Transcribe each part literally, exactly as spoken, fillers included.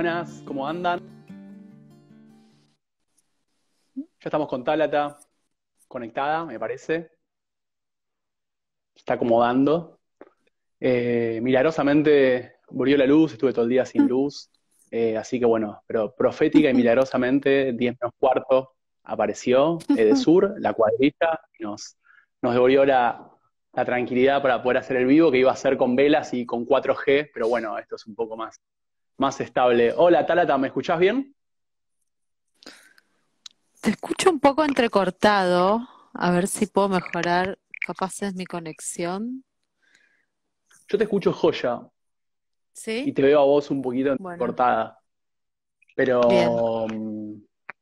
buenas, ¿cómo andan? Ya estamos con Tálata, conectada, me parece. Se está acomodando. Eh, milagrosamente volvió la luz, estuve todo el día sin luz. Eh, así que bueno, pero profética y milagrosamente, diez menos cuarto, apareció Edesur, la cuadrilla, y nos, nos devolvió la, la tranquilidad para poder hacer el vivo, que iba a ser con velas y con cuatro G, pero bueno, esto es un poco más, más estable. Hola, Tálata, ¿me escuchás bien? Te escucho un poco entrecortado, a ver si puedo mejorar, capaz es mi conexión. Yo te escucho joya y ¿Sí? te veo a vos un poquito Bueno, cortada, bien. pero mm,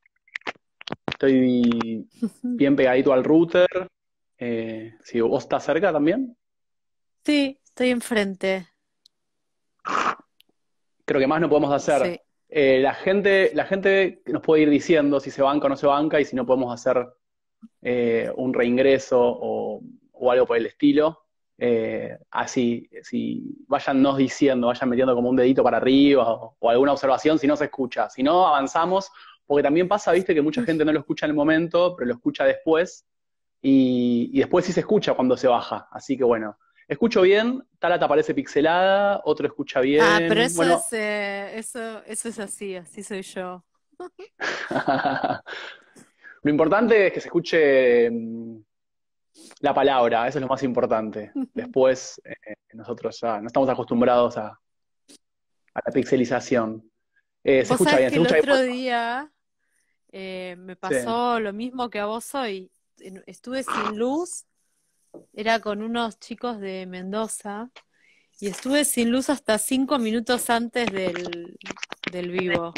estoy bien pegadito al router. Eh, si vos estás cerca también, Sí, estoy enfrente. creo que más no podemos hacer. Sí. Eh, la gente, la gente nos puede ir diciendo si se banca o no se banca y si no podemos hacer eh, un reingreso o, o algo por el estilo. Eh, así, si váyannos diciendo, vayan metiendo como un dedito para arriba o, o alguna observación si no se escucha. Si no, avanzamos, porque también pasa, viste, que mucha gente no lo escucha en el momento, pero lo escucha después, y, y después sí se escucha cuando se baja. Así que bueno, escucho bien, Tálata parece pixelada, otro escucha Ah, pero bien. eso Bueno, es, eh, eso, eso es así, así soy yo. lo importante es que se escuche mm, la palabra, eso es lo más importante. Después, eh, nosotros ya no estamos acostumbrados a, a la pixelización. Eh, se Vos escucha sabés bien, que se el escucha bien. otro día eh, me Sí. pasó lo mismo que a vos hoy. En- Estuve sin luz, era con unos chicos de Mendoza. Y estuve sin luz hasta cinco minutos antes del, del vivo.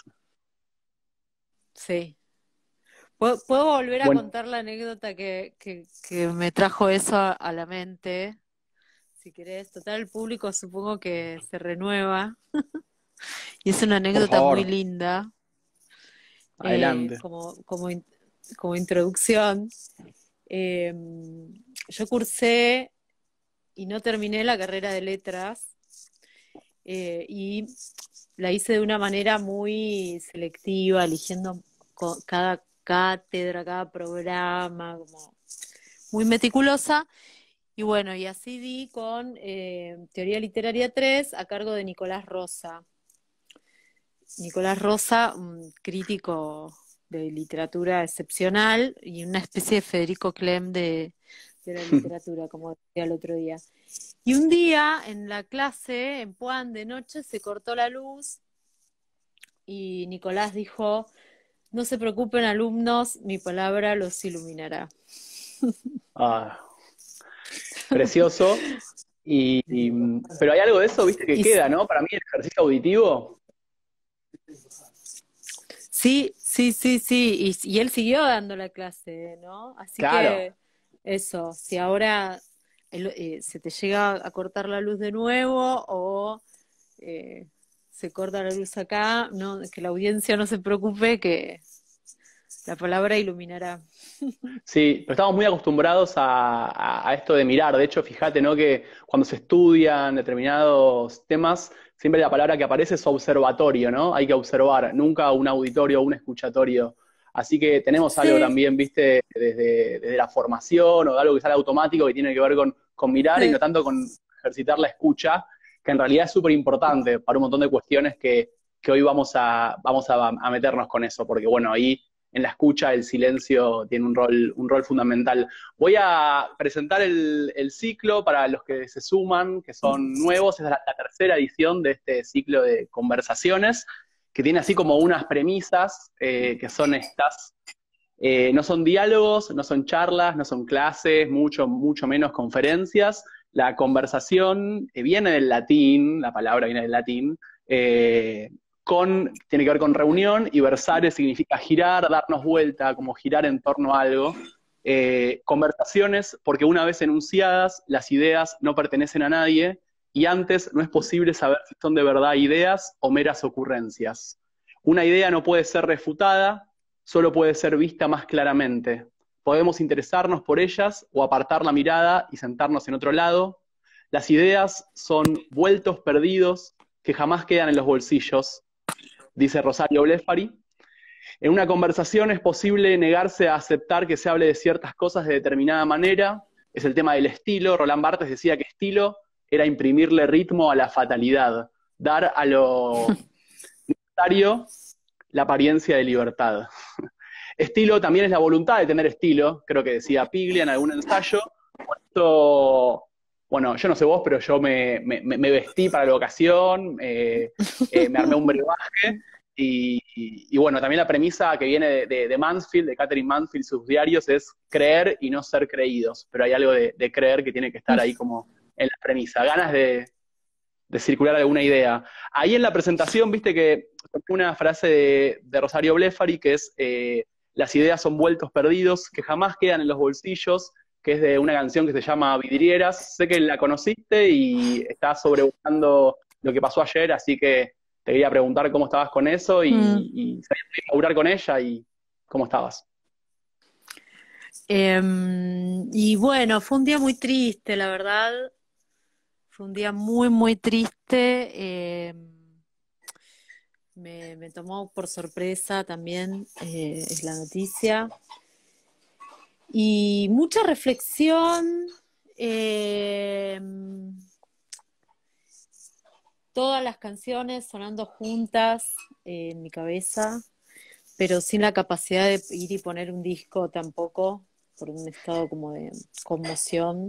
Sí. ¿Puedo, puedo volver a Bueno, contar la anécdota que, que, que me trajo eso a, a la mente? Si querés, total, el público supongo que se renueva. Y es una por anécdota muy favor, linda, eh, adelante. como, como, in- como introducción. Eh, yo cursé y no terminé la carrera de letras. Eh, y la hice de una manera muy selectiva, eligiendo co- cada cátedra, cada programa, como muy meticulosa. Y bueno, y así di con eh, Teoría Literaria tres a cargo de Nicolás Rosa. Nicolás Rosa, un crítico de literatura excepcional y una especie de Federico Clem de, de la literatura, como decía el otro día. Y un día en la clase, en Puan de noche, se cortó la luz y Nicolás dijo, no se preocupen alumnos, mi palabra los iluminará. Ah, precioso. Y, y- pero hay algo de eso, viste, que Y queda, ¿no? Para mí el ejercicio auditivo, sí, sí, sí, sí, y, y él siguió dando la clase, ¿no? Así claro. que eso, si ahora el- eh, se te llega a cortar la luz de nuevo o eh, se corta la luz acá, no, que la audiencia no se preocupe, que la palabra iluminará. Sí, pero estamos muy acostumbrados a, a- a esto de mirar. De hecho, fíjate, ¿no? Que cuando se estudian determinados temas, siempre la palabra que aparece es observatorio, ¿no? Hay que observar, nunca un auditorio o un escuchatorio. Así que tenemos algo Sí, también, viste, desde, desde la formación o de algo que sale automático que tiene que ver con, con mirar y no sí. tanto con ejercitar la escucha, que en realidad es súper importante para un montón de cuestiones que, que hoy vamos a, vamos a, a meternos con eso, porque bueno, ahí en la escucha el silencio tiene un rol, un rol fundamental. Voy a presentar el, el ciclo para los que se suman, que son nuevos. Es la, la tercera edición de este ciclo de conversaciones, que tiene así como unas premisas eh, que son estas. Eh, no son diálogos, no son charlas, no son clases, mucho, mucho menos conferencias. La conversación eh, viene del latín, la palabra viene del latín, eh, con, tiene que ver con reunión, y versare significa girar, darnos vuelta, como girar en torno a algo. Eh, conversaciones, porque una vez enunciadas, las ideas no pertenecen a nadie, y antes no es posible saber si son de verdad ideas o meras ocurrencias. Una idea no puede ser refutada, solo puede ser vista más claramente. Podemos interesarnos por ellas o apartar la mirada y sentarnos en otro lado. Las ideas son vueltos perdidos que jamás quedan en los bolsillos. dice Rosario Blefari. En una conversación es posible negarse a aceptar que se hable de ciertas cosas de determinada manera. Es el tema del estilo. Roland Barthes decía que estilo era imprimirle ritmo a la fatalidad, dar a lo necesario la apariencia de libertad. Estilo también es la voluntad de tener estilo, creo que decía Piglia en algún ensayo. Por esto, bueno, yo no sé vos, pero yo me, me, me vestí para la ocasión, eh, eh, me armé un brebaje, y, y, y bueno, también la premisa que viene de, de, de Mansfield, de Catherine Mansfield, sus diarios, es creer y no ser creídos, pero hay algo de, de creer que tiene que estar ahí como en la premisa, ganas de, de circular alguna idea. Ahí en la presentación, viste que una frase de, de Rosario Blefari que es, eh, las ideas son vueltos perdidos, que jamás quedan en los bolsillos, que es de una canción que se llama Vidrieras. Sé que la conociste y estás sobrevolando lo que pasó ayer, así que te quería preguntar cómo estabas con eso y, Mm. y sabías inaugurar con ella y cómo estabas. Em, y bueno, fue un día muy triste, la verdad. Fue un día muy, muy triste. em, me, me tomó por sorpresa también eh, es la noticia. Y mucha reflexión. em, todas las canciones sonando juntas eh, en mi cabeza, pero sin la capacidad de ir y poner un disco tampoco, por un estado como de conmoción.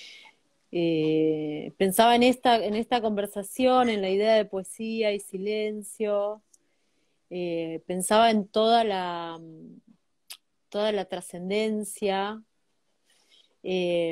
Eh, pensaba en esta, en esta conversación, en la idea de poesía y silencio, eh, pensaba en toda la, toda la trascendencia, eh,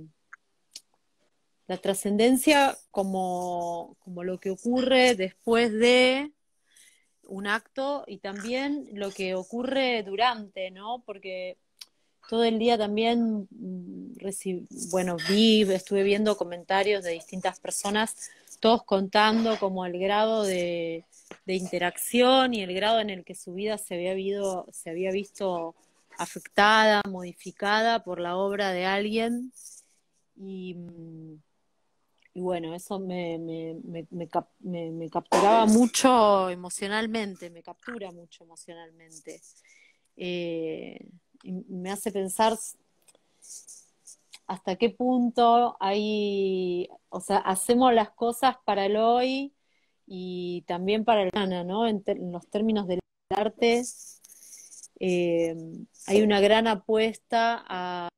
la trascendencia como, como lo que ocurre después de un acto y también lo que ocurre durante, ¿no? Porque todo el día también, recibí, bueno, vi, estuve viendo comentarios de distintas personas, todos contando como el grado de, de interacción y el grado en el que su vida se había, visto, se había visto afectada, modificada por la obra de alguien. Y, y bueno, eso me, me, me, me, cap, me, me capturaba mucho emocionalmente, me captura mucho emocionalmente. Eh, y me hace pensar hasta qué punto hay, o sea, hacemos las cosas para el hoy y también para el mañana, ¿no? En, ter, en los términos del arte, eh, hay una gran apuesta a,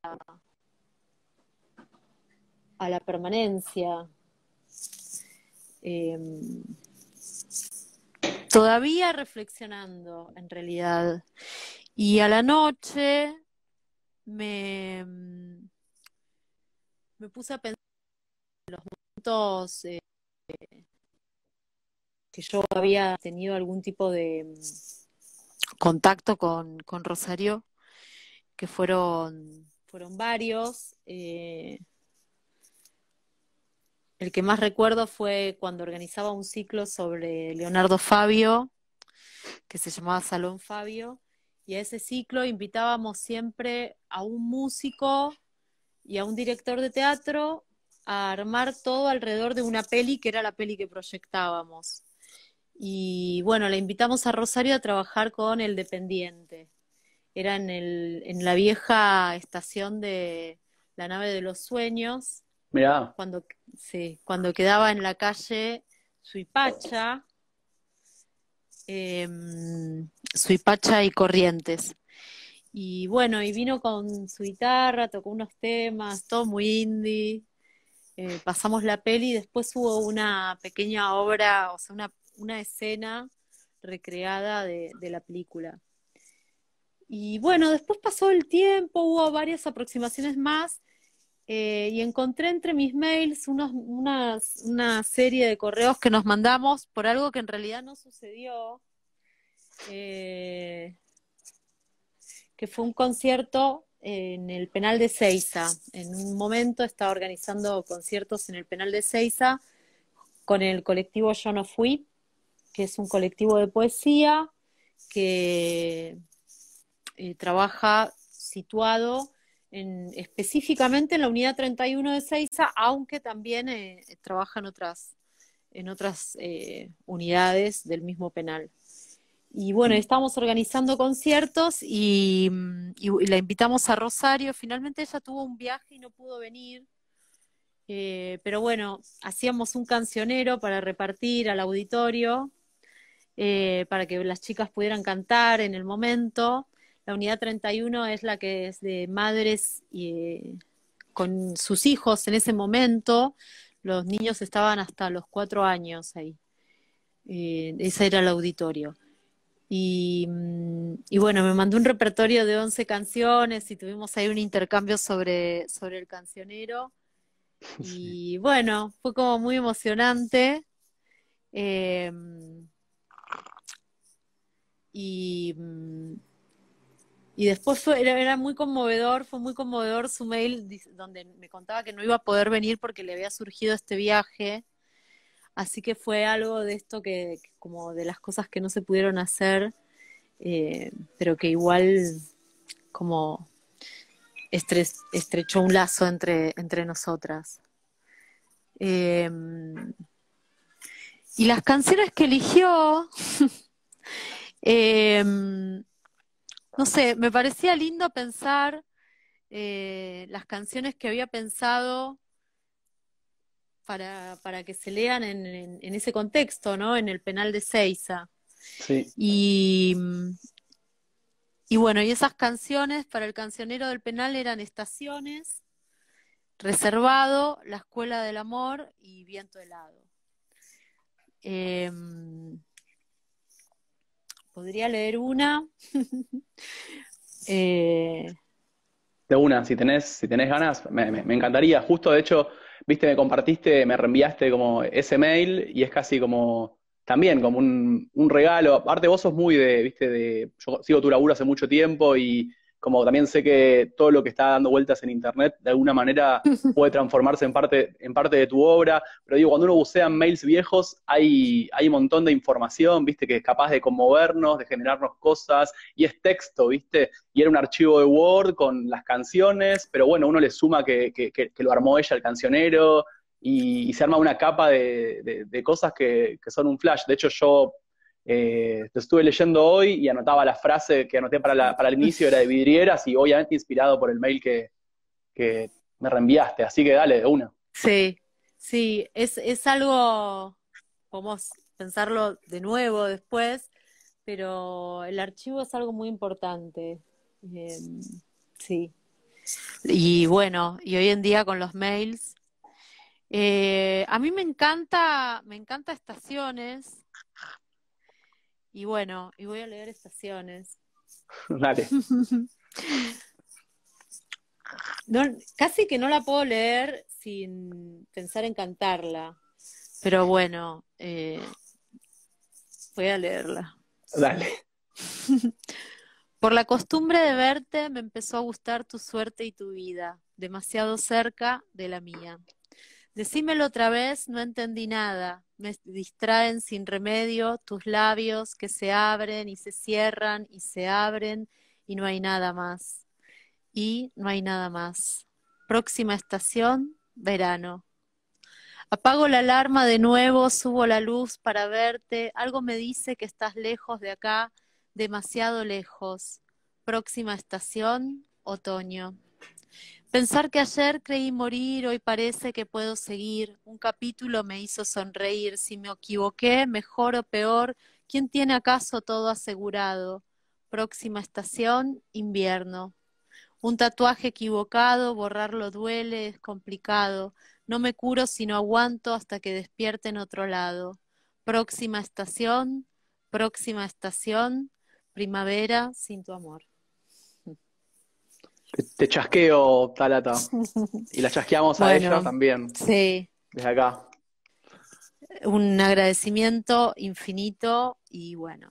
a la permanencia. Eh, todavía reflexionando, en realidad. Y a la noche me, me puse a pensar en los momentos eh, que yo había tenido algún tipo de contacto con, con Rosario, que fueron, fueron varios. Eh, el que más recuerdo fue cuando organizaba un ciclo sobre Leonardo Fabio, que se llamaba Salón Fabio, y a ese ciclo invitábamos siempre a un músico y a un director de teatro a armar todo alrededor de una peli que era la peli que proyectábamos. Y bueno, le invitamos a Rosario a trabajar con El Dependiente. Era en, el, en la vieja estación de La Nave de los Sueños, Mirá. cuando, sí, cuando quedaba en la calle Suipacha, eh, Suipacha y Corrientes. Y bueno, y vino con su guitarra, tocó unos temas, todo muy indie. Eh, pasamos la peli y después hubo una pequeña obra, o sea, una, una escena recreada de, de la película. Y bueno, después pasó el tiempo, hubo varias aproximaciones más, eh, y encontré entre mis mails unos, unas, una serie de correos que nos mandamos por algo que en realidad no sucedió, eh, que fue un concierto en el Penal de Ezeiza. En un momento estaba organizando conciertos en el Penal de Ezeiza con el colectivo Yo No Fui, que es un colectivo de poesía que eh, trabaja situado en, específicamente en la unidad treinta y uno de Ezeiza, aunque también eh, trabaja en otras, en otras eh, unidades del mismo penal. y bueno, estábamos organizando conciertos y, y- y la invitamos a Rosario. Finalmente ella tuvo un viaje y no pudo venir, eh, pero bueno, hacíamos un cancionero para repartir al auditorio, eh, para que las chicas pudieran cantar en el momento. La unidad treinta y uno es la que es de madres y, eh, con sus hijos en ese momento. Los niños estaban hasta los cuatro años ahí. Eh, ese era el auditorio. Y, mm, y bueno, me mandó un repertorio de once canciones y tuvimos ahí un intercambio sobre, sobre el cancionero. Sí. Y bueno, fue como muy emocionante. eh, y, mm, y después fue, era, era muy conmovedor, fue muy conmovedor su mail dic- donde me contaba que no iba a poder venir porque le había surgido este viaje. Así que fue algo de esto que, que como de las cosas que no se pudieron hacer, eh, pero que igual como estre- estrechó un lazo entre, entre nosotras. Eh, y las canciones que eligió, eh, no sé, me parecía lindo pensar eh, las canciones que había pensado para, para que se lean en, en, en ese contexto, ¿no? En el penal de Seiza. Sí. Y, y bueno, y esas canciones para el cancionero del penal eran Estaciones, Reservado, La Escuela del Amor y Viento Helado. Eh, podría leer una. eh, De una, si tenés, si tenés ganas, me, me- me encantaría. Justo, de hecho, viste, me compartiste, me reenviaste como ese mail y es casi como, también como un, un regalo. Aparte, vos sos muy de, viste, de, yo sigo tu laburo hace mucho tiempo y como también sé que todo lo que está dando vueltas en internet, de alguna manera puede transformarse en parte, en parte de tu obra. Pero digo, cuando uno bucea en mails viejos, hay, hay un montón de información, viste, que es capaz de conmovernos, de generarnos cosas, y es texto, viste, y era un archivo de Word con las canciones, pero bueno, uno le suma que, que, que, que lo armó ella el cancionero y, y se arma una capa de, de, de cosas que, que, son un flash. De hecho, yo eh, lo estuve leyendo hoy y anotaba la frase que anoté para, la, para el inicio, era de vidrieras y obviamente inspirado por el mail que, que me reenviaste. Así que dale, de una. sí, sí, es, es algo, podemos pensarlo de nuevo después, pero el archivo es algo muy importante. Eh, sí. Y bueno, y hoy en día con los mails. Eh, a mí me encanta, me encanta Estaciones, y bueno, y voy a leer Estaciones. Dale. No, casi que no la puedo leer sin pensar en cantarla, pero bueno, eh, voy a leerla. Dale. Por la costumbre de verte me empezó a gustar tu suerte y tu vida, demasiado cerca de la mía. Decímelo otra vez, no entendí nada. Me distraen sin remedio tus labios que se abren y se cierran y se abren y no hay nada más. Y no hay nada más. Próxima estación, verano. Apago la alarma de nuevo, subo la luz para verte. Algo me dice que estás lejos de acá, demasiado lejos. Próxima estación, otoño. Pensar que ayer creí morir, hoy parece que puedo seguir. Un capítulo me hizo sonreír. Si me equivoqué, mejor o peor, ¿quién tiene acaso todo asegurado? Próxima estación, invierno. Un tatuaje equivocado, borrarlo duele, es complicado. No me curo si no aguanto hasta que despierte en otro lado. Próxima estación, próxima estación, primavera sin tu amor. Te, te chasqueo, Talata. Y la chasqueamos a ella Bueno, también, sí, desde acá. un agradecimiento infinito y bueno,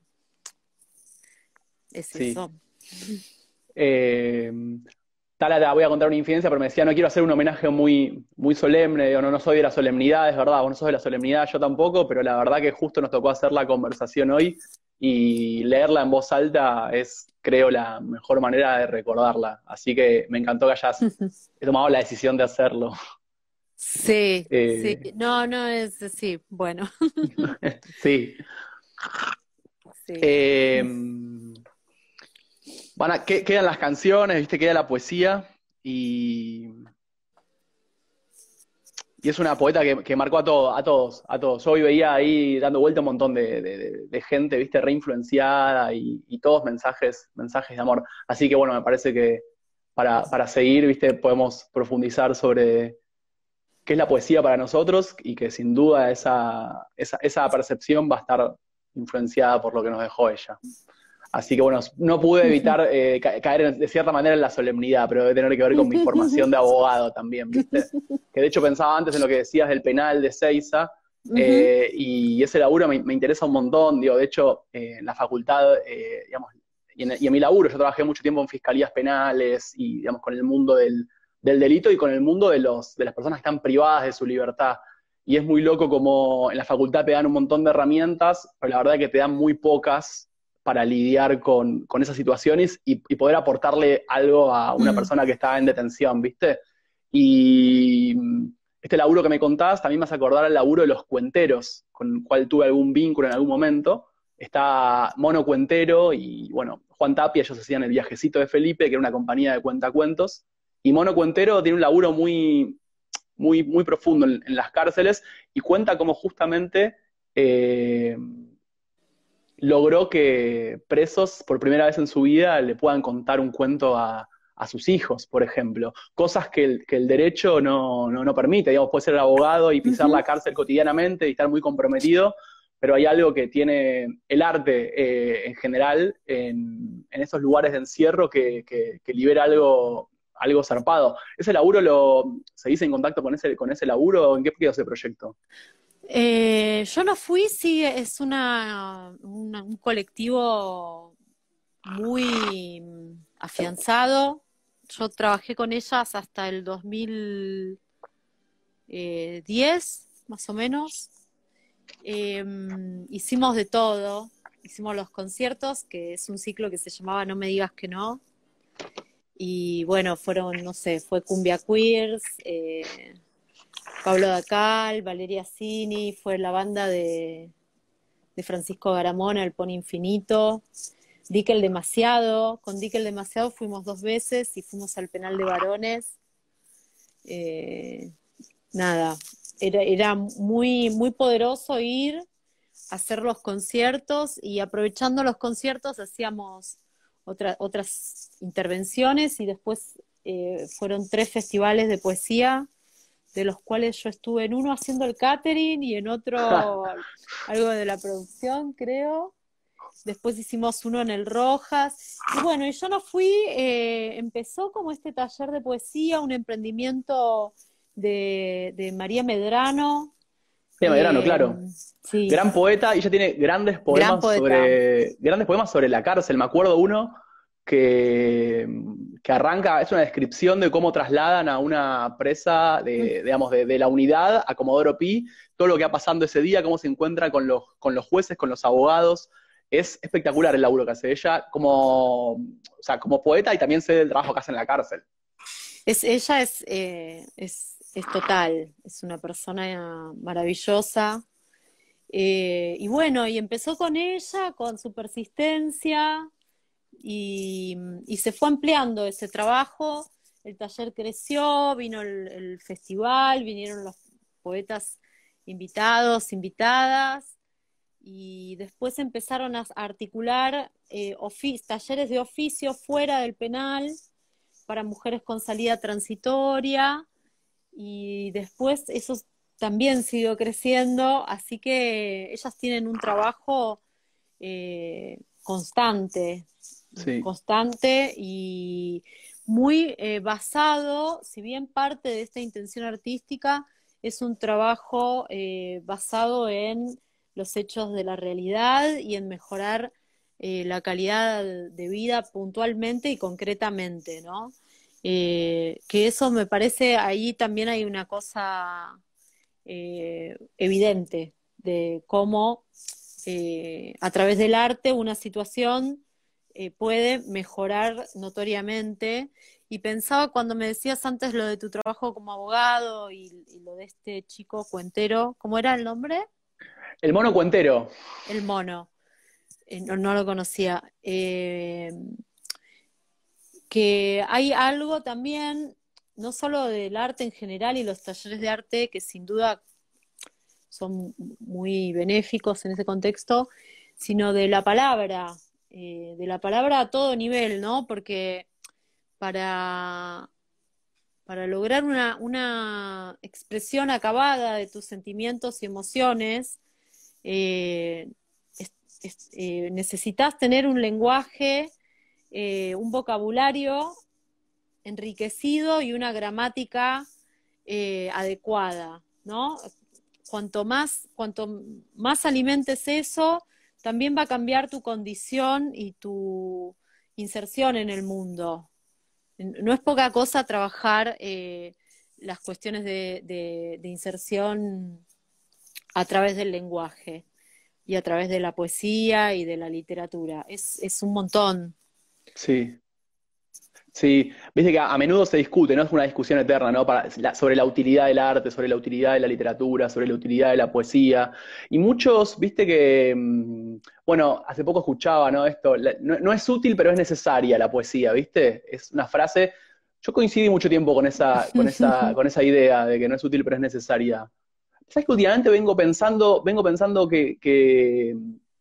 es Sí. eso. Eh, Talata, voy a contar una infidencia, pero me decía, no quiero hacer un homenaje muy, muy solemne, digo, no, no soy de la solemnidad, es verdad, vos no sos de la solemnidad, yo tampoco, pero la verdad que justo nos tocó hacer la conversación hoy y leerla en voz alta es, creo, la mejor manera de recordarla. Así que me encantó que hayas tomado la decisión de hacerlo. Sí, sí, Eh, no, no es, sí, bueno, sí, Sí. Eh, van a- que- quedan las canciones, ¿viste? Queda la poesía y, y es una poeta que, que marcó a, todo, a todos, a todos. Yo hoy veía ahí dando vuelta un montón de, de- de- de gente, ¿viste? Reinfluenciada y, y todos mensajes, mensajes de amor. Así que bueno, me parece que para, para seguir, ¿viste? Podemos profundizar sobre qué es la poesía para nosotros y que sin duda esa, esa, esa percepción va a estar influenciada por lo que nos dejó ella. Así que bueno, no pude evitar eh, ca- caer en- de cierta manera en la solemnidad, pero debe tener que ver con mi formación de abogado también, ¿viste? Que de hecho pensaba antes en lo que decías del penal de Seiza, Ujú. eh, y ese laburo me, me interesa un montón, digo, de hecho, eh, en la facultad, eh, digamos, y en, y en mi laburo, yo trabajé mucho tiempo en fiscalías penales y, digamos, con el mundo del, del delito y con el mundo de, los, de las personas que están privadas de su libertad. Y es muy loco como en la facultad te dan un montón de herramientas, pero la verdad es que te dan muy pocas para lidiar con, con esas situaciones y, y, poder aportarle algo a una Mm. persona que está en detención, ¿viste? Y este laburo que me contás también me hace acordar al laburo de los cuenteros, con el cual tuve algún vínculo en algún momento. Está Mono Cuentero y, bueno, Juan Tapia, ellos hacían El Viajecito de Felipe, que era una compañía de cuentacuentos. Y Mono Cuentero tiene un laburo muy, muy, muy profundo en, en las cárceles y cuenta cómo justamente eh, logró que presos por primera vez en su vida le puedan contar un cuento a, a sus hijos, por ejemplo. Cosas que el, que el derecho no, no, no permite. Digamos, puede ser abogado y pisar la Ujú. cárcel cotidianamente y estar muy comprometido, pero hay algo que tiene el arte eh, en general en, en esos lugares de encierro que, que, que libera algo, algo zarpado. ¿Ese laburo lo seguís en contacto con ese, con ese laburo? ¿En qué quedó ese proyecto? Eh, yo no fui, sí, es una, una- un colectivo muy mm, afianzado. Yo trabajé con ellas hasta el dos mil diez, más o menos. Eh, hicimos de todo. Hicimos los conciertos, que es un ciclo que se llamaba No me digas que no. Y bueno, fueron, no sé, fue Cumbia Queers, eh, Pablo Dacal, Valeria Cini, fue la banda de, de Francisco Garamona, El Pony Infinito, Dick el Demasiado. Con Dick el Demasiado fuimos dos veces y fuimos al penal de varones. Eh, nada, era, era muy, muy poderoso ir a hacer los conciertos y aprovechando los conciertos hacíamos otra, otras intervenciones y después eh, fueron tres festivales de poesía de los cuales yo estuve en uno haciendo el catering y en otro algo de la producción, creo. Después hicimos uno en el Rojas. Y bueno, y yo no fui, eh, empezó como este taller de poesía, un emprendimiento de, de María Medrano. Sí, Medrano, Eh, claro. sí, Gran poeta, y ella tiene grandes gran poemas poeta. sobre, grandes poemas sobre la cárcel. Me acuerdo uno que, que arranca, es una descripción de cómo trasladan a una presa de, digamos, de, de la unidad a Comodoro Pi, todo lo que ha pasado ese día, cómo se encuentra con los, con los jueces, con los abogados. Es espectacular el laburo que hace ella como, o sea, como poeta y también sé del trabajo que hace en la cárcel. Es, ella es, eh, es, es total, es una persona maravillosa. Eh, y bueno, y empezó con ella, con su persistencia, y, y se fue ampliando ese trabajo. El taller creció, vino el, el festival, vinieron los poetas invitados, invitadas, y después empezaron a articular eh, ofi- talleres de oficio fuera del penal para mujeres con salida transitoria, y después eso también siguió creciendo, así que ellas tienen un trabajo eh, constante, Sí. constante y muy eh, basado, si bien parte de esta intención artística es un trabajo eh, basado en los hechos de la realidad y en mejorar eh, la calidad de vida puntualmente y concretamente, ¿no? Eh, que eso me parece, ahí también hay una cosa eh, evidente de cómo eh, a través del arte una situación eh, puede mejorar notoriamente. Y pensaba cuando me decías antes lo de tu trabajo como abogado y, y lo de este chico cuentero, ¿cómo era el nombre? El mono cuentero. El mono. eh, no, no lo conocía. Eh, que hay algo también, no solo del arte en general y los talleres de arte, que sin duda son muy benéficos en ese contexto, sino de la palabra, eh, de la palabra a todo nivel, ¿no? Porque para, para lograr una, una expresión acabada de tus sentimientos y emociones, eh, es- es- eh, necesitas tener un lenguaje, eh, un vocabulario enriquecido y una gramática eh, adecuada, ¿no? Cuanto más, cuanto más alimentes eso, también va a cambiar tu condición y tu inserción en el mundo. No es poca cosa trabajar eh, las cuestiones de, de, de inserción a través del lenguaje y a través de la poesía y de la literatura. Es, es un montón. Sí. Sí, viste que a, a menudo se discute, ¿no? Es una discusión eterna, ¿no? Para- la- sobre la utilidad del arte, sobre la utilidad de la literatura, sobre la utilidad de la poesía. Y muchos, viste que, mm, bueno, hace poco escuchaba, ¿no? Esto, la- no, no es útil, pero es necesaria la poesía, ¿viste? Es una frase. Yo coincidí mucho tiempo con esa, con esa, con esa idea de que no es útil, pero es necesaria. ¿Sabes que últimamente vengo pensando, vengo pensando que, que,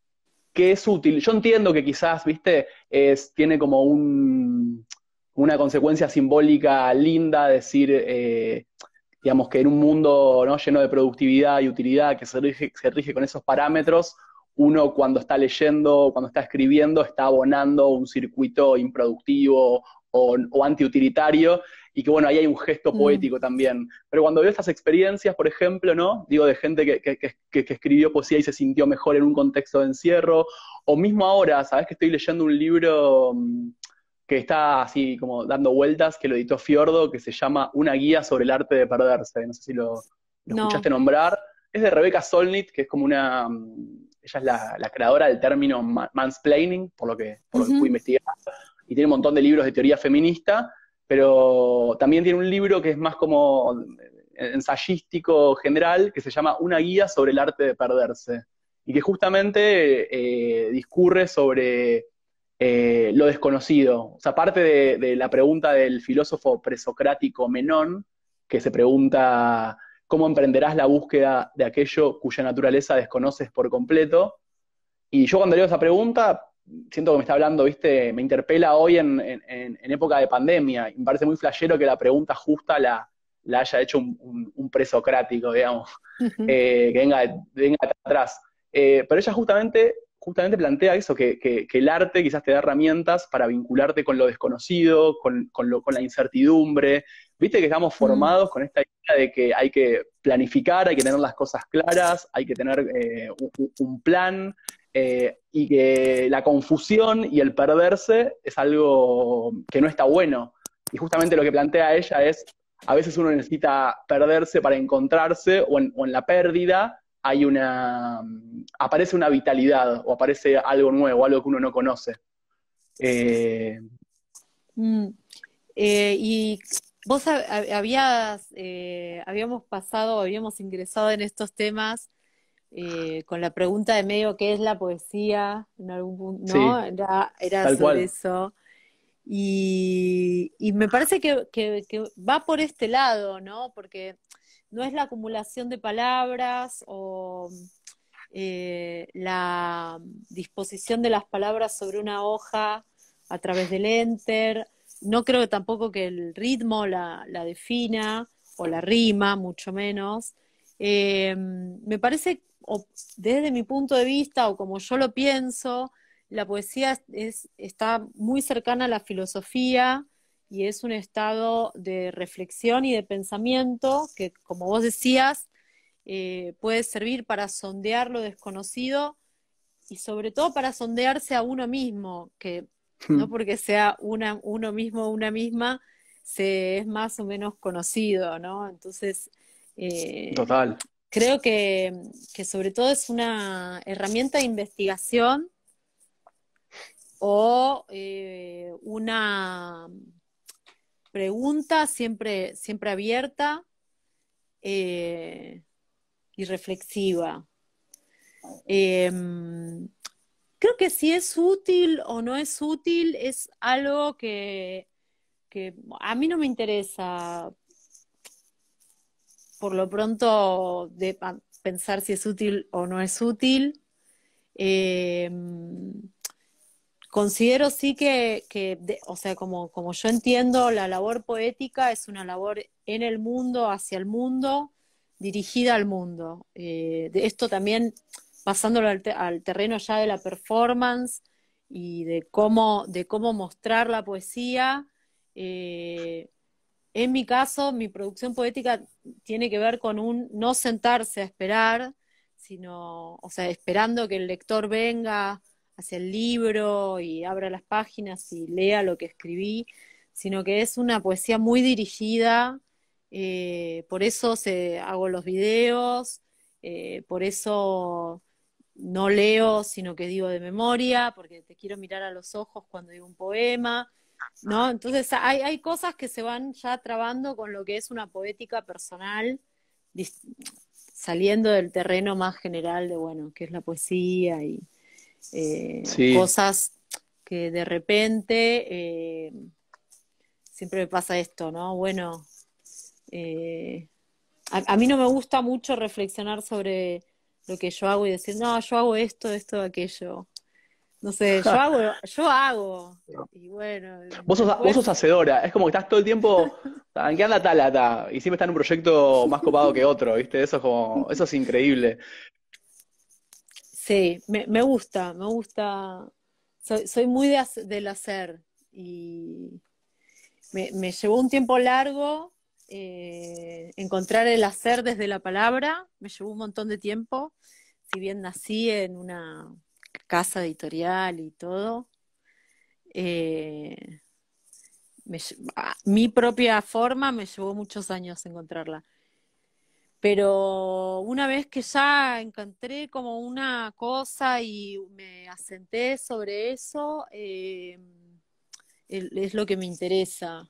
que es útil? Yo entiendo que quizás, viste, es, tiene como un una consecuencia simbólica linda, decir, eh, digamos, que en un mundo, ¿no?, lleno de productividad y utilidad que se rige, se rige con esos parámetros, uno cuando está leyendo, cuando está escribiendo, está abonando un circuito improductivo o, o antiutilitario, y que bueno, ahí hay un gesto Mm, poético también. Pero cuando veo estas experiencias, por ejemplo, ¿no? Digo, de gente que, que, que, que escribió poesía y se sintió mejor en un contexto de encierro, o mismo ahora, ¿sabes que estoy leyendo un libro que está así como dando vueltas, que lo editó Fiordo, que se llama Una guía sobre el arte de perderse? No sé si lo, lo escuchaste no. nombrar. Es de Rebecca Solnit, que es como una... mm, ella es la, la creadora del término ma- mansplaining, por lo que, por lo que pude Ujú. investigar, y tiene un montón de libros de teoría feminista, pero también tiene un libro que es más como ensayístico general, que se llama Una guía sobre el arte de perderse, y que justamente eh, discurre sobre eh, lo desconocido. O sea, parte de, de la pregunta del filósofo presocrático Menón, que se pregunta cómo emprenderás la búsqueda de aquello cuya naturaleza desconoces por completo. Y yo cuando leo esa pregunta, siento que me está hablando, ¿viste? Me interpela hoy en, en, en época de pandemia. Y me parece muy flashero que la pregunta justa la, la haya hecho un, un, un presocrático, digamos, eh, que venga, venga atrás. Eh, pero ella justamente, justamente plantea eso, que, que, que, el arte quizás te da herramientas para vincularte con lo desconocido, con, con, lo, con la incertidumbre. Viste que estamos Mm, formados con esta idea de que hay que planificar, hay que tener las cosas claras, hay que tener eh, un, un plan, eh, y que la confusión y el perderse es algo que no está bueno. Y justamente lo que plantea ella es, a veces uno necesita perderse para encontrarse, o en, o en la pérdida hay una, aparece una vitalidad, o aparece algo nuevo, algo que uno no conoce. Eh, mm. Eh, y vos hab- hab- habías, eh, habíamos pasado, habíamos ingresado en estos temas eh, con la pregunta de medio qué es la poesía, en algún punto, ¿no? sí, Era, era tal sobre cual. eso. Y, y me parece que, que- que va por este lado, ¿no? Porque no es la acumulación de palabras o eh, la disposición de las palabras sobre una hoja a través del enter. No creo tampoco que el ritmo la, la defina o la rima, mucho menos. Eh, me parece, o desde mi punto de vista, o como yo lo pienso, la poesía es, está muy cercana a la filosofía y es un estado de reflexión y de pensamiento que, como vos decías, eh, puede servir para sondear lo desconocido y sobre todo para sondearse a uno mismo, que no porque sea una, uno mismo o una misma, se es más o menos conocido, ¿no? Entonces, eh, Total. creo que, que sobre todo es una herramienta de investigación o eh, una pregunta siempre, siempre abierta eh, y reflexiva. Eh, creo que si es útil o no es útil es algo que, que a mí no me interesa por lo pronto de a- pensar si es útil o no es útil. Eh, Considero sí que, que de- o sea, como, como yo entiendo, la labor poética es una labor en el mundo, hacia el mundo, dirigida al mundo. Eh, de esto también pasándolo al, te- al terreno ya de la performance y de cómo, de cómo mostrar la poesía. eh, en mi caso, mi producción poética tiene que ver con un no sentarse a esperar, sino, o sea, esperando que el lector venga hacia el libro y abra las páginas y lea lo que escribí, sino que es una poesía muy dirigida, eh, por eso se, hago los videos, eh, por eso no leo, sino que digo de memoria, porque te quiero mirar a los ojos cuando digo un poema. ¿No? Entonces hay, hay cosas que se van ya trabando con lo que es una poética personal, dis- saliendo del terreno más general de, bueno, qué es la poesía y eh, Sí. cosas que de repente eh, siempre me pasa esto, ¿no? Bueno, eh, a, a mí no me gusta mucho reflexionar sobre lo que yo hago y decir, no, yo hago esto, esto, aquello. No sé, yo hago, yo hago. Y bueno, Vos sos, vos sos después hacedora, es como que estás todo el tiempo, ¿en qué anda tal, ata? Y siempre está en un proyecto más copado que otro, ¿viste? Eso es como, eso es increíble. sí, me, me gusta, me gusta. Soy, soy muy de hace- del hacer y me, me llevó un tiempo largo eh, encontrar el hacer desde la palabra, me llevó un montón de tiempo, si bien nací en una casa editorial y todo. eh, me lle- a- Mi propia forma me llevó muchos años encontrarla. Pero una vez que ya encontré como una cosa y me asenté sobre eso, eh, el- es lo que me interesa.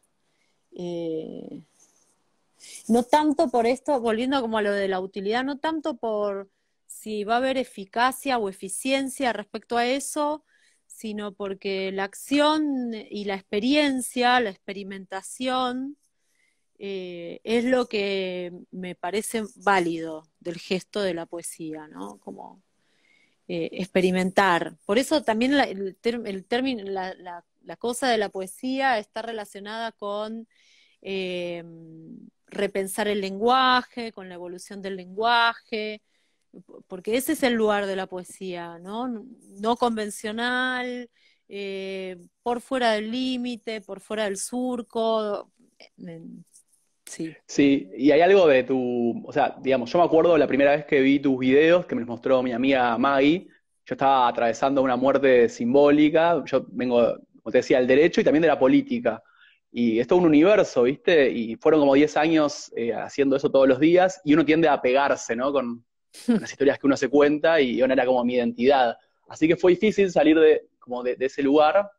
Eh, no tanto por esto, volviendo como a lo de la utilidad, no tanto por si va a haber eficacia o eficiencia respecto a eso, sino porque la acción y la experiencia, la experimentación, eh, es lo que me parece válido del gesto de la poesía, ¿no? Como eh, experimentar. Por eso también la, el, ter, el término, la, la, la, cosa de la poesía está relacionada con eh, repensar el lenguaje, con la evolución del lenguaje, porque ese es el lugar de la poesía, ¿no? No convencional, eh, por fuera del límite, por fuera del surco. eh, Sí. Sí, y hay algo de tu, o sea, digamos, yo me acuerdo la primera vez que vi tus videos que me los mostró mi amiga Maggie, yo estaba atravesando una muerte simbólica, yo vengo, como te decía, del derecho y también de la política, y es todo un universo, ¿viste? Y fueron como diez años eh, haciendo eso todos los días, y uno tiende a pegarse, ¿no? Con, con las historias que uno se cuenta, y bueno, era como mi identidad. Así que fue difícil salir de, como de, de ese lugar,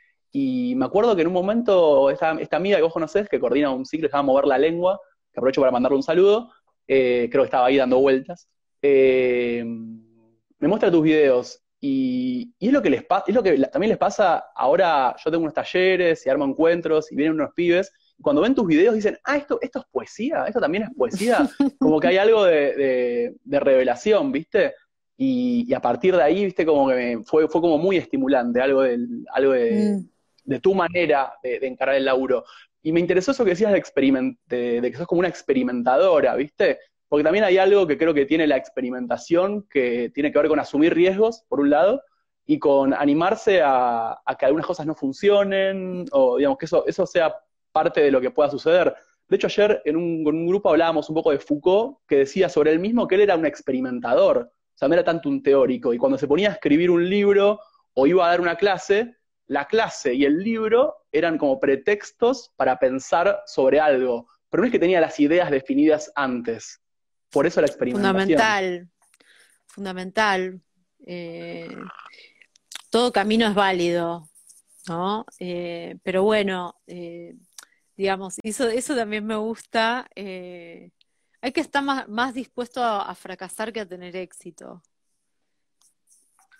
y me acuerdo que en un momento, esta, esta amiga que vos conocés, que coordina un ciclo que se llama Mover la Lengua, que aprovecho para mandarle un saludo, eh, creo que estaba ahí dando vueltas, eh, me muestra tus videos y, y es lo que les pasa, es lo que la- también les pasa ahora, yo tengo unos talleres y armo encuentros y vienen unos pibes, y cuando ven tus videos dicen, ah, esto, esto es poesía, esto también es poesía, como que hay algo de, de- de revelación, ¿viste? Y, y a partir de ahí, viste, como que me- fue, fue como muy estimulante, algo, del, algo de, Mm. de tu manera de, de encarar el laburo. Y me interesó eso que decías de, experiment, de, de que sos como una experimentadora, ¿viste? Porque también hay algo que creo que tiene la experimentación, que tiene que ver con asumir riesgos, por un lado, y con animarse a, a que algunas cosas no funcionen, o digamos que eso, eso sea parte de lo que pueda suceder. De hecho, ayer en un, con un grupo hablábamos un poco de Foucault, que decía sobre él mismo que él era un experimentador, o sea, no era tanto un teórico, y cuando se ponía a escribir un libro o iba a dar una clase, la clase y el libro eran como pretextos para pensar sobre algo, pero no es que tenía las ideas definidas antes. Por eso la experimentación. Fundamental, fundamental. Eh, Todo camino es válido, ¿no? Eh, pero bueno, eh, digamos, eso, eso también me gusta. Eh, hay que estar más, más dispuesto a, a fracasar que a tener éxito.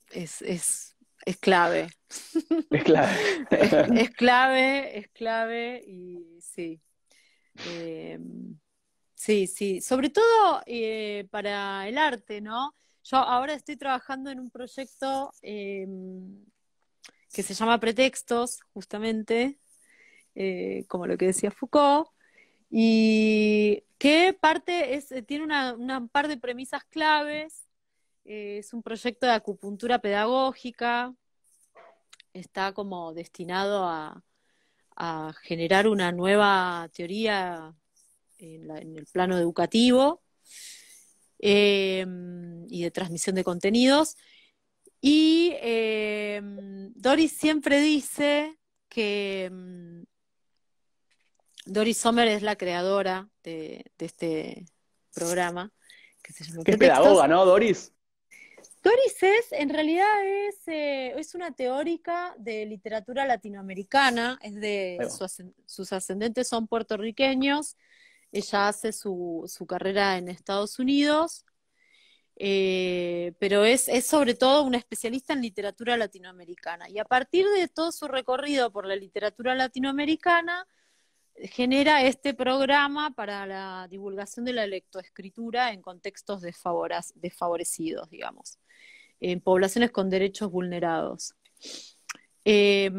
es, es, es clave. Es clave. Es, es clave, es clave y sí. Eh, sí, sí. Sobre todo eh, para el arte, ¿no? Yo ahora estoy trabajando en un proyecto eh, que se llama Pretextos, justamente, eh, como lo que decía Foucault, y que parte es, tiene una, una par de premisas claves. Eh, es un proyecto de acupuntura pedagógica, está como destinado a, a generar una nueva teoría en, la, en el plano educativo eh, y de transmisión de contenidos. Y eh, Doris siempre dice que um, Doris Sommer es la creadora de, de este programa que se llama Que es Pretextos. pedagoga, ¿no, Doris? Doris es, en realidad es, eh, es una teórica de literatura latinoamericana, es de, su ascend- sus ascendentes son puertorriqueños, ella hace su, su carrera en Estados Unidos, eh, pero es, es sobre todo una especialista en literatura latinoamericana. Y a partir de todo su recorrido por la literatura latinoamericana, genera este programa para la divulgación de la lectoescritura en contextos desfavoras- desfavorecidos, digamos, en poblaciones con derechos vulnerados. Eh,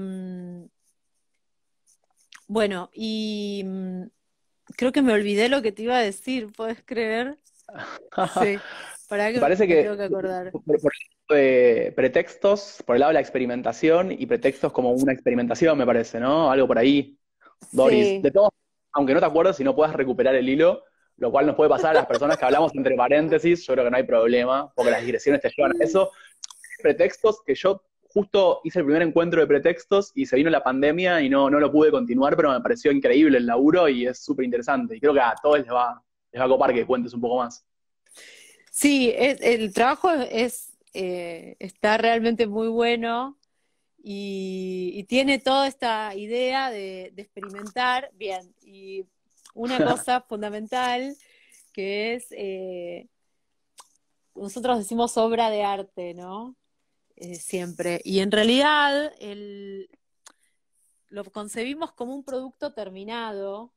bueno, y mm, creo que me olvidé lo que te iba a decir, ¿puedes creer? Sí, para Me que parece me que tengo que acordar. por, por el lado de pretextos, por el lado de la experimentación y pretextos como una experimentación, me parece, ¿no? Algo por ahí, Doris. De Sí, todo, aunque no te acuerdes, si no puedas recuperar el hilo, lo cual nos puede pasar a las personas que hablamos entre paréntesis, yo creo que no hay problema, porque las digresiones te llevan a eso. Pretextos que yo justo hice el primer encuentro de pretextos y se vino la pandemia y no, no lo pude continuar, pero me pareció increíble el laburo y es súper interesante. Y creo que a todos les va, les va a copar que cuentes un poco más. sí, es- el trabajo es, eh, está realmente muy bueno. Y, y tiene toda esta idea de, de experimentar bien. Y una cosa fundamental que es, eh, nosotros decimos obra de arte, ¿no? Eh, siempre. Y en realidad el, lo concebimos como un producto terminado.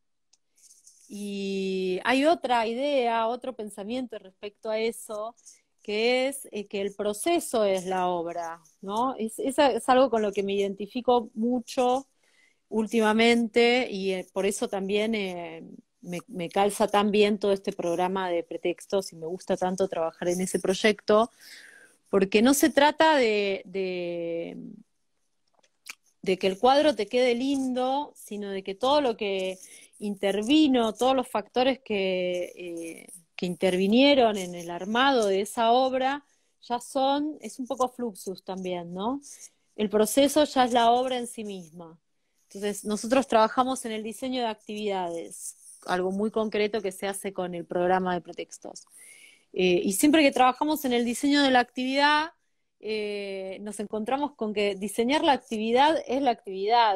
Y hay otra idea, otro pensamiento respecto a eso, que es eh, que el proceso es la obra, ¿no? Es, es, es algo con lo que me identifico mucho últimamente y eh, por eso también eh, me, me calza tan bien todo este programa de pretextos y me gusta tanto trabajar en ese proyecto, porque no se trata de, de, de que el cuadro te quede lindo, sino de que todo lo que intervino, todos los factores que, eh, que intervinieron en el armado de esa obra, ya son, es un poco fluxus también, ¿no? El proceso ya es la obra en sí misma. Entonces, nosotros trabajamos en el diseño de actividades, algo muy concreto que se hace con el programa de pretextos. Eh, y siempre que trabajamos en el diseño de la actividad, eh, nos encontramos con que diseñar la actividad es la actividad.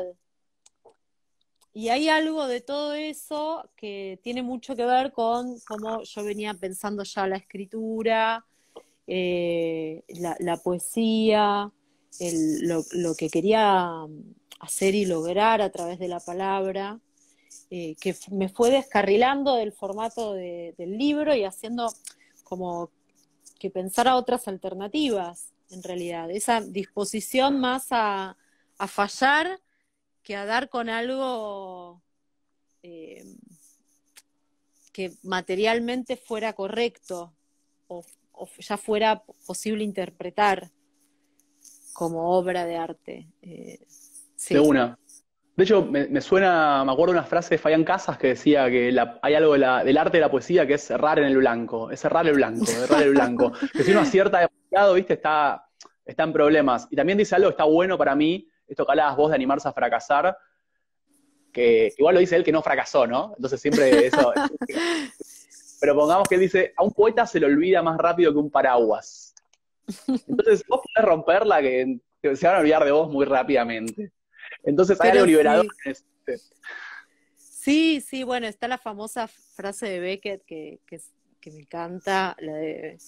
Y hay algo de todo eso que tiene mucho que ver con cómo yo venía pensando ya la escritura, eh, la, la poesía, el- lo, lo que quería hacer y lograr a través de la palabra, eh, que f- me fue descarrilando del formato de- del libro y haciendo como que pensara otras alternativas, en realidad. Esa disposición más a, a fallar que a dar con algo eh, que materialmente fuera correcto o, o ya fuera posible interpretar como obra de arte. Eh, De sí. una. De hecho, me, me suena, me acuerdo de una frase de Fabián Casas que decía que la- hay algo de la- del arte de la poesía que es errar en el blanco, es errar el blanco, errar el blanco. Que si uno acierta demasiado, viste, está, está en problemas. Y también dice algo que está bueno para mí, esto que hablabas vos de animarse a fracasar, que igual lo dice él que no fracasó, ¿no? Entonces siempre eso. Pero pongamos que él dice, a un poeta se le olvida más rápido que un paraguas. Entonces vos podés romperla que, que se van a olvidar de vos muy rápidamente. Entonces hay algo Pero liberador sí, en eso. sí, sí, bueno, está la famosa frase de Beckett que, que, que me encanta, la de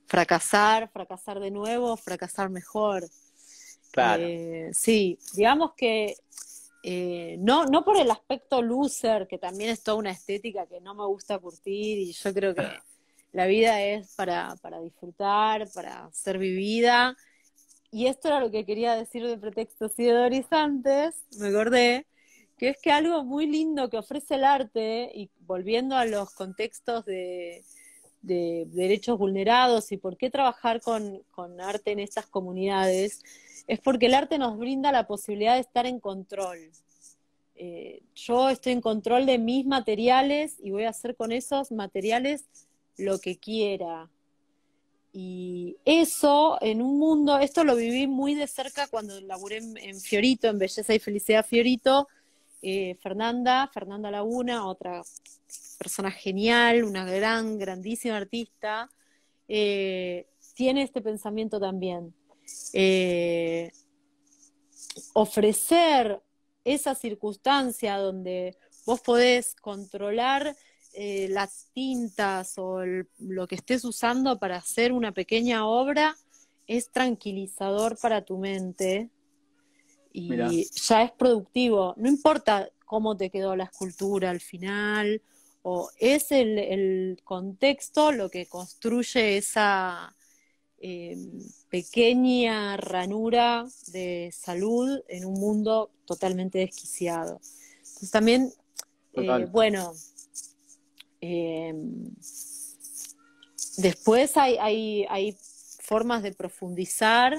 fracasar, fracasar de nuevo, fracasar mejor. Claro. Eh, sí, digamos que eh, no, no por el aspecto loser, que también es toda una estética que no me gusta curtir, y yo creo que la vida es para, para disfrutar, para ser vivida. Y esto era lo que quería decir de pretextos y de horizontes, me acordé, que es que algo muy lindo que ofrece el arte, y volviendo a los contextos de, de derechos vulnerados y por qué trabajar con, con arte en estas comunidades, es porque el arte nos brinda la posibilidad de estar en control. Eh, yo estoy en control de mis materiales y voy a hacer con esos materiales lo que quiera. Y eso en un mundo, esto lo viví muy de cerca cuando laburé en, en Fiorito, en Belleza y Felicidad Fiorito. eh, Fernanda, Fernanda Laguna, otra persona genial, una gran, grandísima artista, eh, tiene este pensamiento también. Eh, ofrecer esa circunstancia donde vos podés controlar eh, las tintas o el, lo que estés usando para hacer una pequeña obra, es tranquilizador para tu mente y Mirá. ya es productivo. No importa cómo te quedó la escultura al final, o es el, el contexto lo que construye esa eh, pequeña ranura de salud en un mundo totalmente desquiciado. Entonces también, eh, Total. bueno, eh, después hay, hay, hay formas de profundizar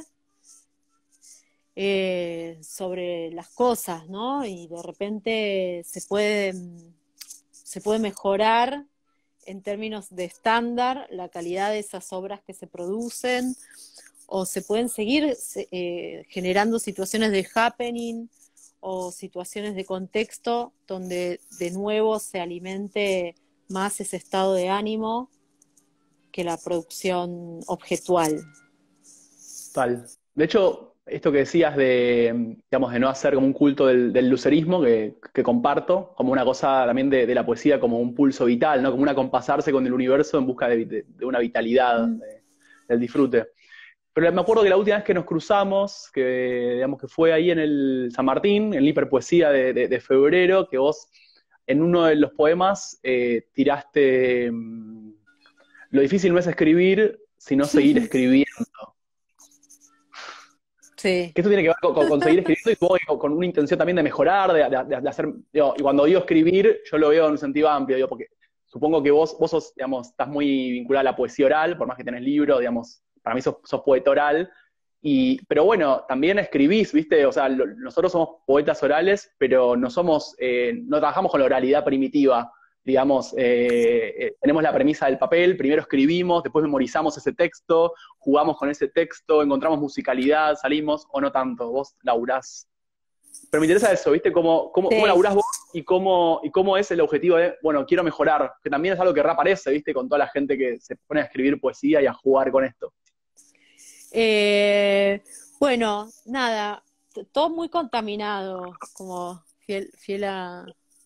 eh, sobre las cosas, ¿no? Y de repente se puede, se puede mejorar en términos de estándar la calidad de esas obras que se producen, o se pueden seguir eh, generando situaciones de happening o situaciones de contexto donde de nuevo se alimente más ese estado de ánimo que la producción objetual. Tal. De hecho, esto que decías de, digamos, de no hacer como un culto del, del lucerismo, que, que comparto, como una cosa también de, de la poesía, como un pulso vital, ¿no? Como un acompasarse con el universo en busca de, de- de una vitalidad, Mm. de- del disfrute. Pero me acuerdo que la última vez que nos cruzamos, que digamos que fue ahí en el San Martín, en la hiperpoesía de, de- de febrero, que vos en uno de los poemas eh, tiraste mm, lo difícil no es escribir, sino seguir escribiendo. Sí. Que esto tiene que ver con, con- con seguir escribiendo y supongo que con, con una intención también de mejorar, de, de- de hacer, digo, y cuando digo escribir, yo lo veo en un sentido amplio, digo, porque supongo que vos, vos sos, digamos, estás muy vinculada a la poesía oral, por más que tenés libro, digamos, para mí sos, sos poeta oral, y, pero bueno, también escribís, ¿viste? O sea, lo- nosotros somos poetas orales, pero no somos, eh, no trabajamos con la oralidad primitiva, digamos, eh, eh, tenemos la premisa del papel, primero escribimos, después memorizamos ese texto, jugamos con ese texto, encontramos musicalidad, salimos, o no tanto, vos laburás. Pero me interesa eso, ¿viste? ¿Cómo, cómo, cómo Sí. laburás vos y cómo, y cómo es el objetivo de, bueno, quiero mejorar? Que también es algo que reaparece, ¿viste? Con toda la gente que se pone a escribir poesía y a jugar con esto. Eh, bueno, nada, t- todo muy contaminado, como fiel, fiel a,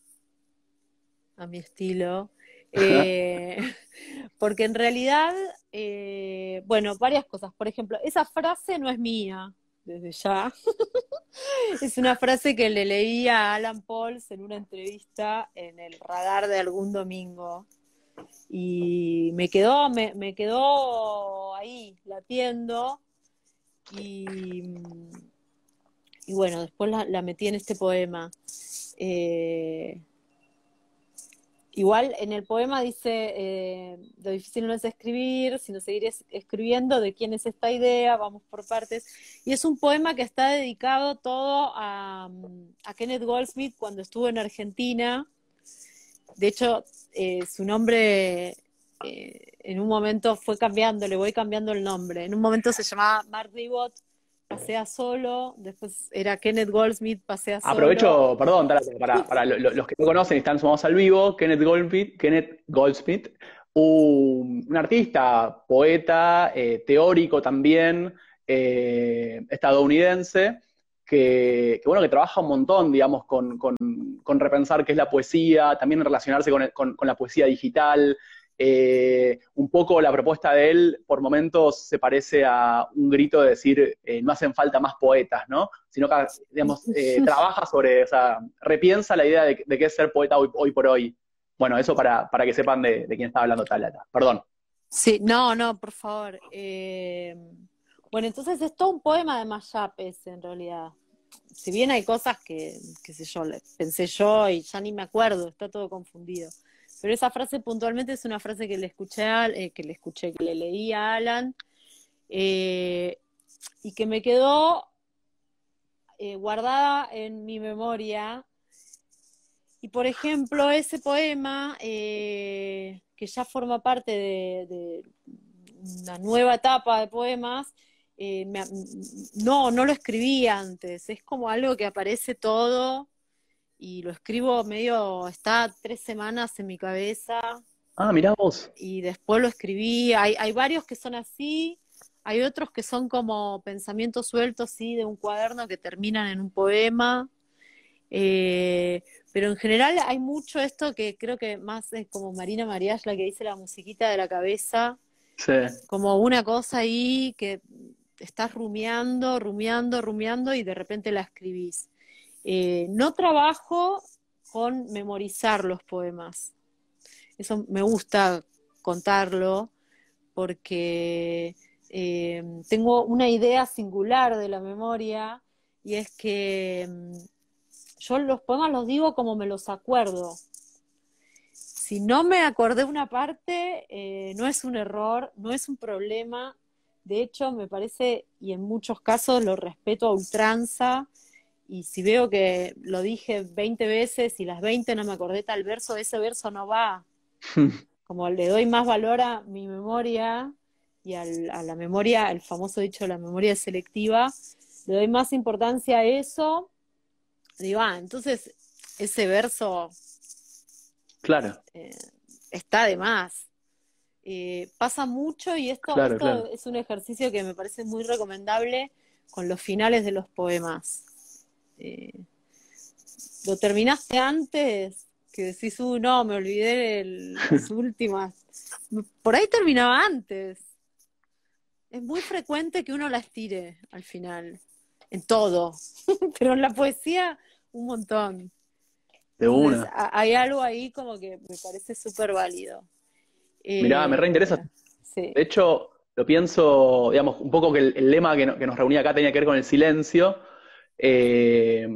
a mi estilo. Eh, porque en realidad, eh, bueno, varias cosas. Por ejemplo, esa frase no es mía, desde ya. Es una frase que le leí a Alan Pauls en una entrevista en el radar de algún domingo. Y me quedó, me, me quedó ahí, latiendo. Y, y bueno, después la, la metí en este poema. Eh, Igual en el poema dice, eh, lo difícil no es escribir, sino seguir es- escribiendo, de quién es esta idea, vamos por partes. Y es un poema que está dedicado todo a, a Kenneth Goldsmith cuando estuvo en Argentina. De hecho, eh, su nombre eh, en un momento fue cambiando, le voy cambiando el nombre. En un momento se llamaba Mark Ribot, pasea solo, después era Kenneth Goldsmith, pasea solo. Aprovecho, perdón, para, para- para lo- lo- los que no conocen y están sumados al vivo, Kenneth Goldsmith, Kenneth Goldsmith, un, un artista, poeta, eh, teórico también, eh, estadounidense, que, que, bueno, que trabaja un montón, digamos, con, con- con repensar qué es la poesía, también relacionarse con, el- con- con la poesía digital, Eh, un poco la propuesta de él, por momentos, se parece a un grito de decir, eh, no hacen falta más poetas, ¿no? Sino que, digamos, eh, trabaja sobre, o sea, repiensa la idea de, de qué es ser poeta hoy, hoy por hoy. Bueno, eso para, para que sepan de, de quién estaba hablando Talata. Perdón. Sí, no, no, por favor. Eh, bueno, entonces es todo un poema de Mayapes, en realidad. Si bien hay cosas que, qué sé yo, le- pensé yo y ya ni me acuerdo, está todo confundido. Pero esa frase puntualmente es una frase que le escuché, a, eh, que le escuché, que le leí a Alan, eh, y que me quedó eh, guardada en mi memoria. Y por ejemplo, ese poema, eh, que ya forma parte de, de una nueva etapa de poemas, eh, me- no, no lo escribí antes, es como algo que aparece todo y lo escribo medio, está tres semanas en mi cabeza Ah, mirá vos. y después lo escribí. Hay, hay varios que son así, hay otros que son como pensamientos sueltos, sí, de un cuaderno que terminan en un poema. Eh, pero en general hay mucho esto que creo que más es como Marina Mariach la que dice la musiquita de la cabeza, Sí, como una cosa ahí que estás rumiando, rumiando, rumiando y de repente la escribís. Eh, no trabajo con memorizar los poemas. Eso me gusta contarlo porque eh, tengo una idea singular de la memoria y es que mm, yo los poemas los digo como me los acuerdo. Si no me acordé una parte, eh, no es un error, no es un problema. De hecho, me parece, y en muchos casos lo respeto a ultranza, y si veo que lo dije veinte veces y las veinte no me acordé tal verso, ese verso no va. Como le doy más valor a mi memoria y al, a la memoria, el famoso dicho, la memoria selectiva, le doy más importancia a eso. Digo, ah, entonces ese verso claro, eh, está de más. Eh, pasa mucho y esto, claro, esto claro. es un ejercicio que me parece muy recomendable con los finales de los poemas. Eh, ¿Lo terminaste antes? Que decís, uh, no, me olvidé el- las últimas. Por ahí terminaba antes. Es muy frecuente que uno las tire al final, en todo, pero en la poesía un montón. De Entonces, una. a- hay algo ahí como que me parece súper válido. Mirá, me reinteresa. Eh, sí. De hecho, lo pienso, digamos, un poco que el, el lema que, no- que nos reunía acá tenía que ver con el silencio. eh,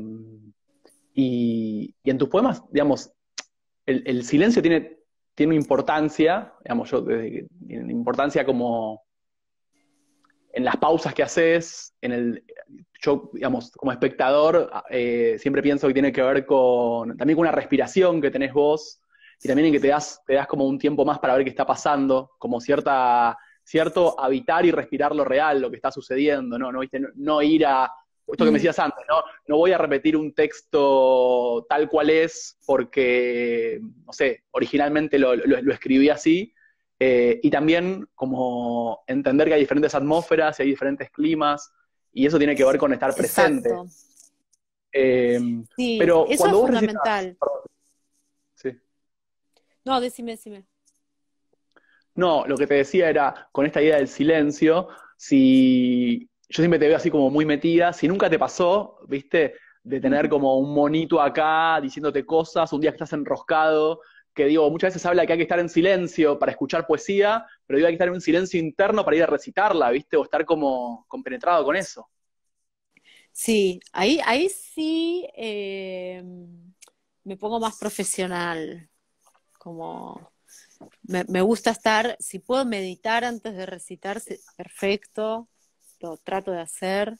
y, y en tus poemas, digamos, el, el silencio tiene, tiene una importancia, digamos, yo, desde que- tiene importancia como en las pausas que haces, en el, yo, digamos, como espectador, eh, siempre pienso que tiene que ver con, también con una respiración que tenés vos, y también en que te das, te das como un tiempo más para ver qué está pasando, como cierta, cierto habitar y respirar lo real, lo que está sucediendo, ¿no? No, ¿viste? No, no ir a, esto que me Mm, decías antes, ¿no? No voy a repetir un texto tal cual es porque, no sé, originalmente lo, lo, lo escribí así, eh, y también como entender que hay diferentes atmósferas y hay diferentes climas, y eso tiene que ver con estar presente. exacto. Eh, Sí, pero eso es cuando vos recitas, fundamental. perdón, sí. No, decime, decime. No, lo que te decía era, con esta idea del silencio, si yo siempre te veo así como muy metida, si nunca te pasó, viste, de tener como un monito acá diciéndote cosas, un día que estás enroscado, que digo, muchas veces habla que hay que estar en silencio para escuchar poesía, pero digo, hay que estar en un silencio interno para ir a recitarla, viste, o estar como compenetrado con eso. Sí, ahí, ahí sí eh, me pongo más profesional. Como me, me gusta estar, si puedo meditar antes de recitar, se- perfecto, lo trato de hacer.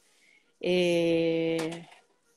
Eh,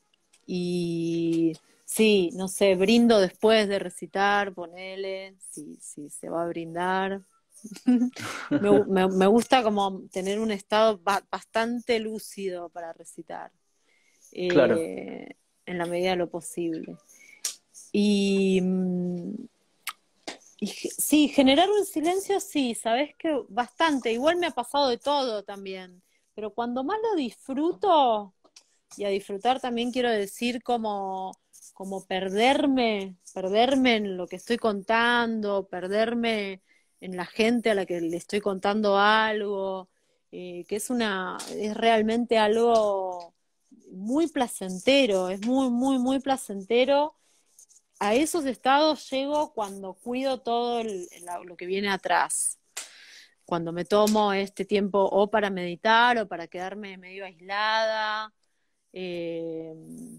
y sí, no sé, brindo después de recitar, ponele, si, si se va a brindar. Me, gu- me- me gusta como tener un estado ba- bastante lúcido para recitar, Claro, eh, en la medida de lo posible. Y, mm, y ge- sí, generar un silencio, sí, sabes que bastante. Igual me ha pasado de todo también. Pero cuando más lo disfruto, y a disfrutar también quiero decir como como perderme, perderme en lo que estoy contando, perderme en la gente a la que le estoy contando algo, eh, que es una, es realmente algo muy placentero, es muy, muy, muy placentero. A esos estados llego cuando cuido todo el- la- lo que viene atrás, cuando me tomo este tiempo o para meditar o para quedarme medio aislada, eh,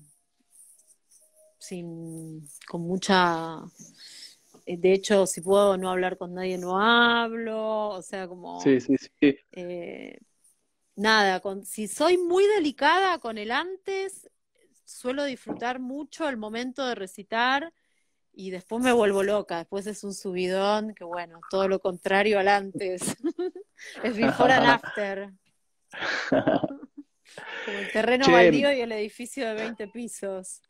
sin, con mucha... eh, De hecho, si puedo no hablar con nadie, no hablo, o sea, como... Sí, sí, sí. eh, nada, con, si soy muy delicada con el antes, suelo disfrutar mucho el momento de recitar y después me vuelvo loca, después es un subidón, que bueno, todo lo contrario al antes, es before and after, como el terreno Che, baldío y el edificio de veinte pisos.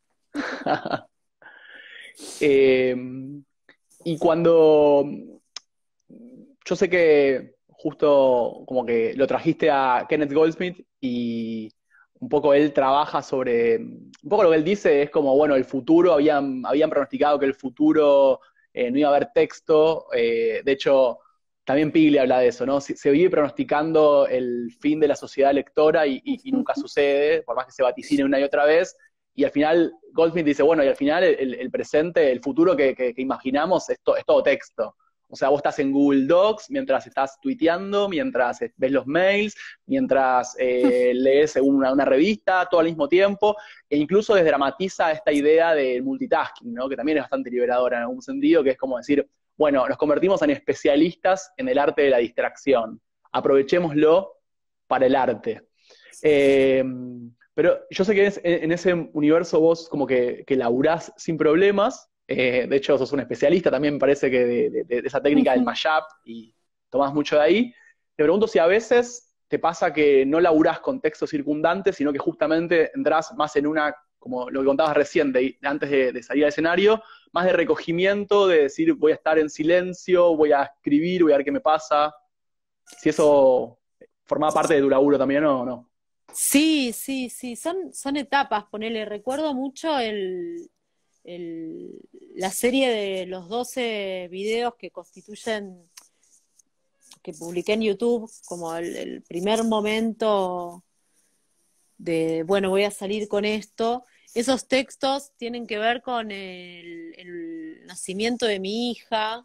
eh, y cuando yo sé que justo como que lo trajiste a Kenneth Goldsmith y un poco él trabaja sobre, un poco lo que él dice es como, bueno, el futuro, habían, habían pronosticado que el futuro eh, no iba a haber texto, eh, de hecho, también Pigli habla de eso, ¿no? Se, se vive pronosticando el fin de la sociedad lectora y, y, y nunca sucede, por más que se vaticine una y otra vez, y al final Goldsmith dice, bueno, y al final el, el presente, el futuro que, que, que imaginamos es, to, es todo texto. O sea, vos estás en Google Docs mientras estás tuiteando, mientras ves los mails, mientras eh, lees una, una revista, todo al mismo tiempo, e incluso desdramatiza esta idea del multitasking, ¿no? Que también es bastante liberadora en algún sentido, que es como decir, bueno, nos convertimos en especialistas en el arte de la distracción. Aprovechémoslo para el arte. Eh, pero yo sé que en, en ese universo vos como que, que laburás sin problemas, eh, de hecho sos un especialista también me parece que de, de, de esa técnica del mashup y tomás mucho de ahí. Te pregunto si a veces te pasa que no laburás con textos circundantes, sino que justamente entras más en una, como lo que contabas recién, de, antes de, de salir al escenario, más de recogimiento, de decir voy a estar en silencio, voy a escribir, voy a ver qué me pasa. Si eso formaba parte de tu laburo también o no. Sí, sí, sí, son, son etapas, ponele, recuerdo mucho el, el- la serie de los doce videos que constituyen, que publiqué en YouTube, como el, el primer momento de, bueno, voy a salir con esto. Esos textos tienen que ver con el, el nacimiento de mi hija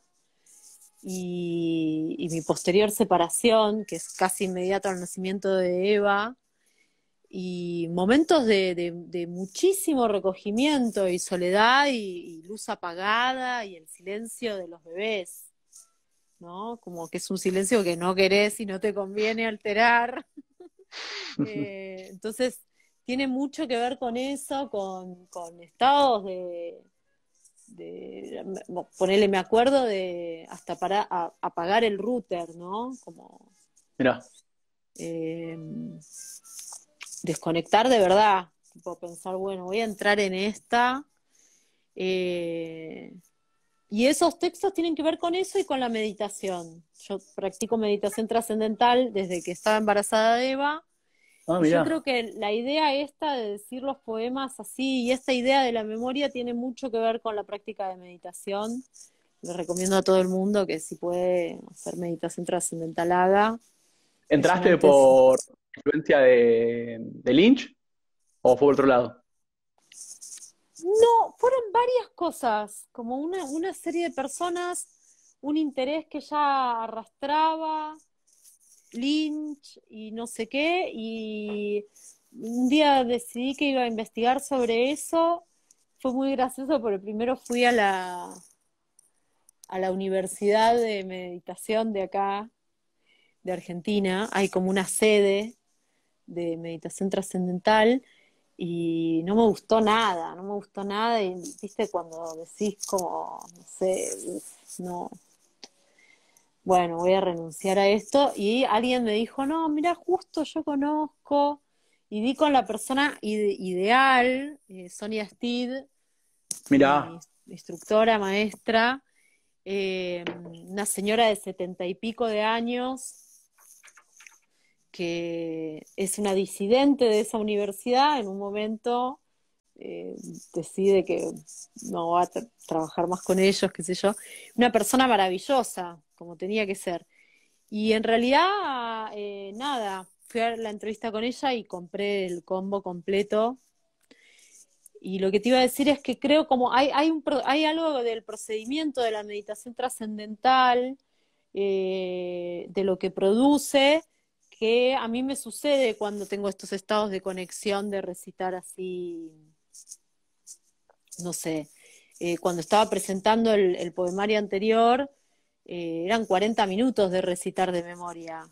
y, y mi posterior separación, que es casi inmediato al nacimiento de Eva, y momentos de, de, de muchísimo recogimiento y soledad y, y luz apagada y el silencio de los bebés, ¿no? Como que es un silencio que no querés y no te conviene alterar. Eh, entonces, tiene mucho que ver con eso, con, con estados de, de, ponele, me acuerdo de hasta para a, apagar el router, ¿no? Como Mirá. eh, desconectar de verdad, tipo pensar, bueno, voy a entrar en esta. Eh, y esos textos tienen que ver con eso y con la meditación. Yo practico meditación trascendental desde que estaba embarazada de Eva. Ah, Y yo mirá. creo que la idea esta de decir los poemas así y esta idea de la memoria tiene mucho que ver con la práctica de meditación. Le recomiendo a todo el mundo que si puede hacer meditación trascendental haga. Es un ¿Entraste antes. por influencia de, de Lynch o fue por otro lado? No, fueron varias cosas, como una, una serie de personas, un interés que ya arrastraba, Lynch y no sé qué, y un día decidí que iba a investigar sobre eso. Fue muy gracioso porque primero fui a la, a la Universidad de Meditación de acá, de Argentina. Hay como una sede de meditación trascendental y no me gustó nada, no me gustó nada y viste cuando decís como, no sé, uf, no, bueno, voy a renunciar a esto y alguien me dijo, no, mira, justo yo conozco y di con la persona ide- ideal, eh, Sonia Steed, mi Mirá. instructora, maestra, eh, una señora de setenta y pico de años que es una disidente de esa universidad, en un momento eh, decide que no va a tra- trabajar más con ellos, qué sé yo. Una persona maravillosa, como tenía que ser. Y en realidad, eh, nada, fui a la entrevista con ella y compré el combo completo. Y lo que te iba a decir es que creo como hay, hay, un, pro- hay algo del procedimiento de la meditación trascendental, eh, de lo que produce, que a mí me sucede cuando tengo estos estados de conexión, de recitar así, no sé, eh, cuando estaba presentando el, el poemario anterior, eh, eran cuarenta minutos de recitar de memoria.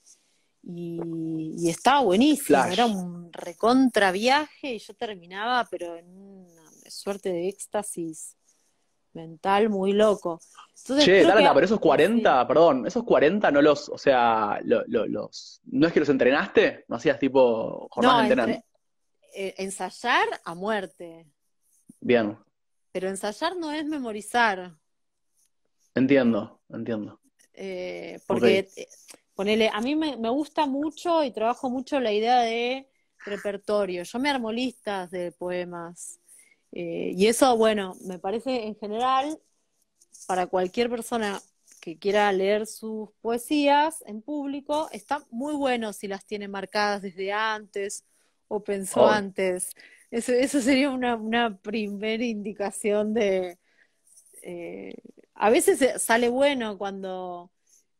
Y, y estaba buenísimo, era Flash. un recontra viaje y yo terminaba, pero en una suerte de éxtasis mental muy loco. Entonces Che, creo que, Darana, pero esos eh, sí, cuarenta, perdón, esos cuarenta no los, o sea, lo- lo- los, ¿no es que los entrenaste? ¿No hacías tipo jornadas no, de entrenamiento? entre eh, ensayar a muerte, Bien, pero ensayar no es memorizar, entiendo, entiendo. eh, Ok. porque eh, ponele, a mí me, me gusta mucho y trabajo mucho la idea de repertorio. Yo me armo listas de poemas. Eh, y eso, bueno, me parece en general para cualquier persona que quiera leer sus poesías en público, está muy bueno si las tiene marcadas desde antes o pensó Obvio. antes. Eso, eso sería una, una primera indicación de... eh, a veces eh, sale bueno cuando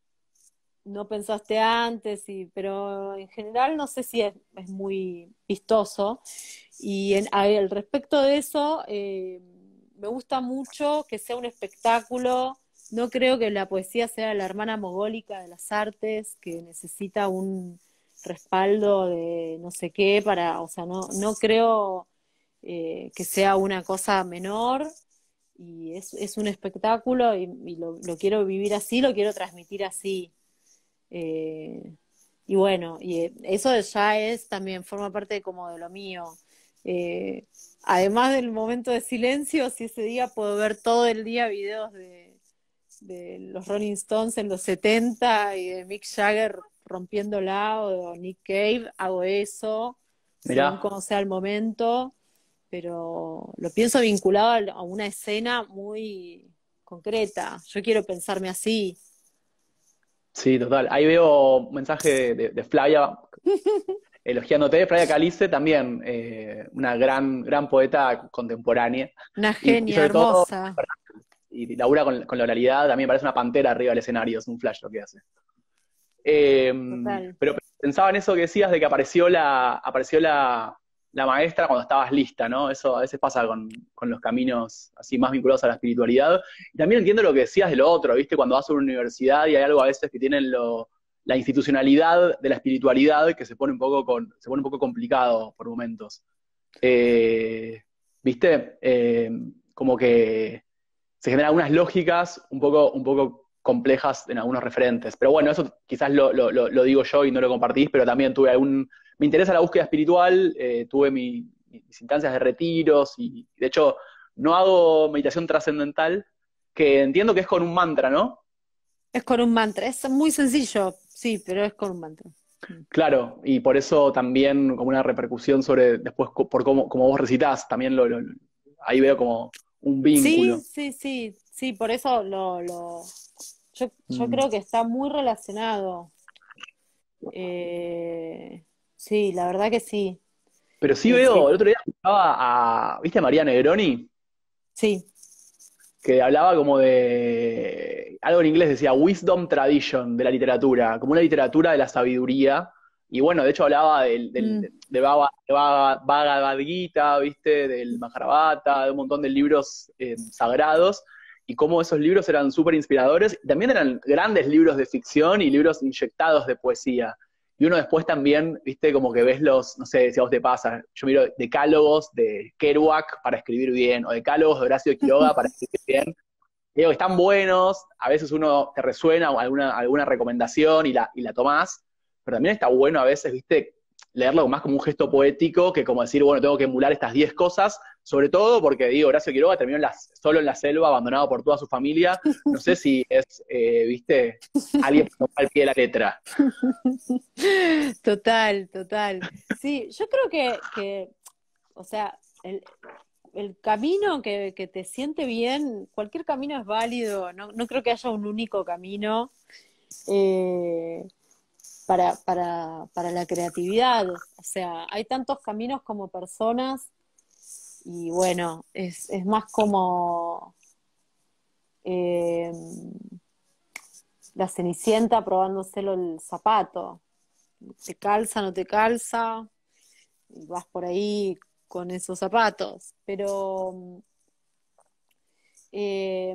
no pensaste antes, y, pero en general no sé si es, es muy vistoso. Y en, a- al respecto de eso, eh, me gusta mucho que sea un espectáculo. No creo que la poesía sea la hermana mogólica de las artes, que necesita un respaldo de no sé qué para, o sea, no, no creo eh, que sea una cosa menor. Y es, es un espectáculo y, y lo, lo quiero vivir así, lo quiero transmitir así. Eh, y bueno, y eh, eso ya es también, forma parte como de lo mío. Eh, Además del momento de silencio, si ese día puedo ver todo el día videos de, de los Rolling Stones en los setenta y de Mick Jagger rompiéndola o de Nick Cave, hago eso, según Mirá, cómo sea el momento, pero lo pienso vinculado a una escena muy concreta. Yo quiero pensarme así. sí, total. Ahí veo un mensaje de, de, de Flavia, elogiándote, Flavia Calice, también eh, una gran, gran poeta contemporánea. Una Y, y genia sobre todo, hermosa. y labura con, con la oralidad, también parece una pantera arriba del escenario, es un flash lo que hace. Eh, Total. pero pensaba en eso que decías de que apareció la, apareció la, la maestra cuando estabas lista, ¿no? Eso a veces pasa con, con los caminos así más vinculados a la espiritualidad. Y también entiendo lo que decías de lo otro, ¿viste? Cuando vas a una universidad y hay algo a veces que tienen lo, la institucionalidad de la espiritualidad que se pone un poco, con, se pone un poco complicado por momentos. Eh, ¿Viste? Eh, como que se generan algunas lógicas un poco, un poco complejas en algunos referentes. Pero bueno, eso quizás lo, lo, lo digo yo y no lo compartís, pero también tuve algún... Me interesa la búsqueda espiritual, eh, tuve mi, mis instancias de retiros y de hecho no hago meditación trascendental, que entiendo que es con un mantra, ¿no? Es con un mantra. Es muy sencillo, sí, pero es con un mantra. Claro, y por eso también como una repercusión sobre después co- por cómo, cómo vos recitás, también lo, lo- ahí veo como un Sí, vínculo. sí, sí, sí, por eso lo, lo, yo, yo Mm. creo que está muy relacionado. Eh, sí, la verdad que sí. Pero sí Es- veo, eh, el otro día escuchaba a, ¿viste a María Negroni? sí, Que hablaba como de, algo en inglés decía wisdom tradition de la literatura, como una literatura de la sabiduría. Y bueno, de hecho hablaba del, del- mm, de Bhagavad de Bhagavad- Bhagavad Gita, ¿viste? Del Mahabharata, de un montón de libros eh, sagrados, y cómo esos libros eran súper inspiradores. Y también eran grandes libros de ficción y libros inyectados de poesía. Y uno después también, viste, como que ves los, no sé si a vos te pasa, yo miro decálogos de Kerouac para escribir bien, o decálogos de Horacio Quiroga para escribir bien. Y digo que están buenos, a veces uno te resuena o alguna, alguna recomendación y la, y la tomás, pero también está bueno a veces, viste, leerlo más como un gesto poético que como decir, bueno, tengo que emular estas diez cosas, sobre todo porque, digo, Horacio Quiroga terminó en la, solo en la selva, abandonado por toda su familia. No sé si es, eh, viste, alguien que no va al pie de la letra. total, total. Sí, yo creo que, que, o sea, el, el camino que, que te siente bien, cualquier camino es válido, no, no creo que haya un único camino eh, para, para, para la creatividad. O sea, hay tantos caminos como personas y bueno, es, es más como eh, la Cenicienta probándoselo el zapato. ¿Te calza, no te calza? Y vas por ahí con esos zapatos. Pero eh,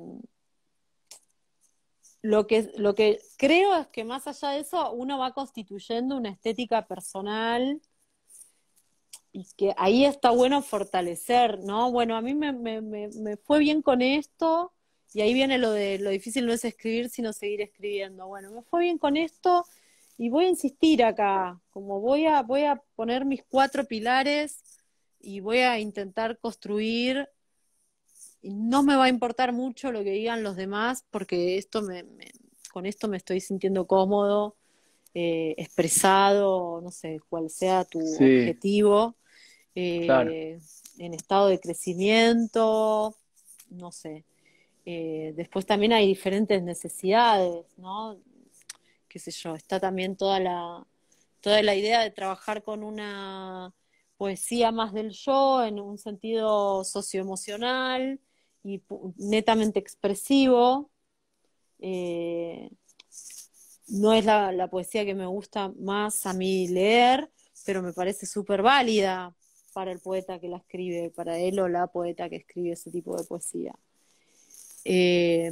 lo que, lo que creo es que más allá de eso, uno va constituyendo una estética personal y que ahí está bueno fortalecer, ¿no? Bueno, a mí me, me, me, me fue bien con esto, y ahí viene lo de lo difícil no es escribir, sino seguir escribiendo. Bueno, me fue bien con esto y voy a insistir acá, como voy a, voy a poner mis cuatro pilares y voy a intentar construir, y no me va a importar mucho lo que digan los demás, porque esto me, me con esto me estoy sintiendo cómodo, eh, expresado, no sé, cuál sea tu Sí, objetivo, claro. eh, en estado de crecimiento, no sé. Eh, después también hay diferentes necesidades, ¿no? Qué sé yo, está también toda la, toda la idea de trabajar con una poesía más del yo, en un sentido socioemocional y pu- netamente expresivo. Eh, no es la, la poesía que me gusta más a mí leer, pero me parece súper válida para el poeta que la escribe, para él o la poeta que escribe ese tipo de poesía. Eh,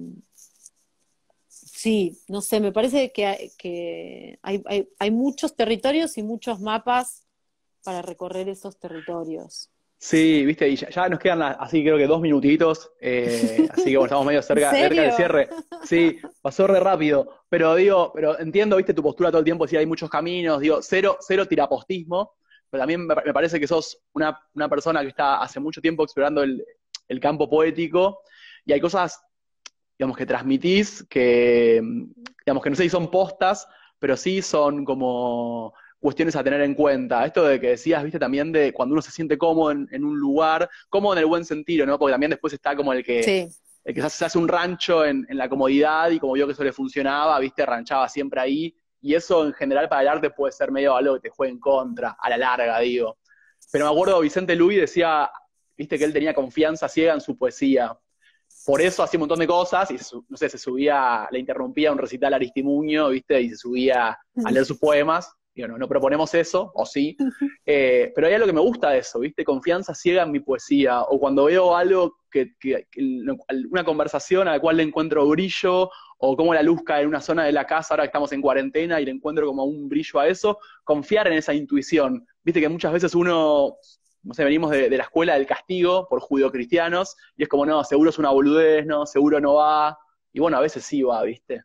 sí, no sé, me parece que, hay, que hay, hay, hay muchos territorios y muchos mapas para recorrer esos territorios. Sí, viste, y ya, ya nos quedan la- así creo que dos minutitos, eh, así que bueno, estamos medio ¿En cerca, cerca del serio? cierre. Sí, pasó re rápido, pero digo, pero entiendo, viste, tu postura todo el tiempo, si hay muchos caminos, digo, cero, cero tirapostismo, pero también me, me parece que sos una, una persona que está hace mucho tiempo explorando el, el campo poético, y hay cosas, digamos, que transmitís, que, digamos, que no sé si son postas, pero sí son como cuestiones a tener en cuenta. Esto de que decías, viste, también de cuando uno se siente cómodo en, en un lugar, cómodo en el buen sentido, ¿no? Porque también después está como el que, Sí. el que se hace se hace un rancho en, en la comodidad y como vio que eso le funcionaba, viste, ranchaba siempre ahí. Y eso en general para el arte puede ser medio algo que te juegue en contra, a la larga, digo. Pero me acuerdo, Vicente Luis decía, viste, que él tenía confianza ciega en su poesía. Por eso hacía un montón de cosas y, no sé, se subía, le interrumpía un recital a Aristimuño, ¿viste? Y se subía a leer sus poemas. Digo, no, no proponemos eso, o sí. Eh, pero hay algo que me gusta de eso, ¿viste? Confianza ciega en mi poesía. O cuando veo algo, que, que, que una conversación a la cual le encuentro brillo, o cómo la luz cae en una zona de la casa, ahora que estamos en cuarentena, y le encuentro como un brillo a eso, confiar en esa intuición. Viste que muchas veces uno, no sé, venimos de, de la escuela del castigo por judeocristianos, y es como, no, seguro es una boludez, no, seguro no va. Y bueno, a veces sí va, ¿viste?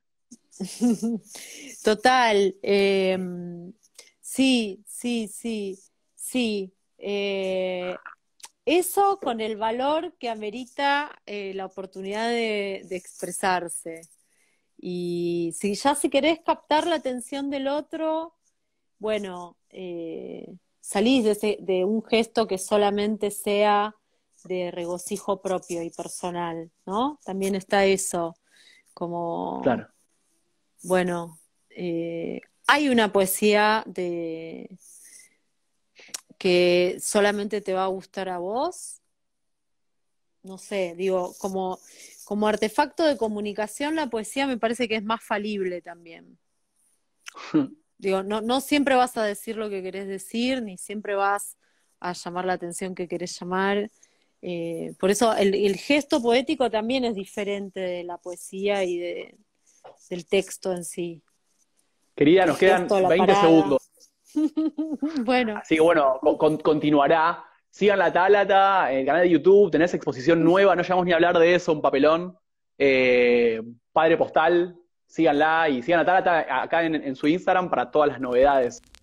Total. Eh, sí, sí, sí, sí. Eh, eso con el valor que amerita eh, la oportunidad de, de expresarse. Y si ya si querés captar la atención del otro, bueno, eh, salís de, ese, de un gesto que solamente sea de regocijo propio y personal, ¿no? También está eso, como, Claro. bueno, eh, hay una poesía de que solamente te va a gustar a vos, no sé, digo, como, como artefacto de comunicación, la poesía me parece que es más falible también. Digo, no, no siempre vas a decir lo que querés decir, ni siempre vas a llamar la atención que querés llamar. Eh, por eso el, el gesto poético también es diferente de la poesía y de, del texto en sí. Querida, El nos quedan gesto, la veinte parada. segundos. Bueno, Así que bueno, con- con- continuará. Sigan la Tálata, el canal de YouTube, tenés exposición nueva, no llegamos ni a hablar de eso, un papelón. Eh, Padre Postal, síganla y sigan la Tálata acá en, en su Instagram para todas las novedades.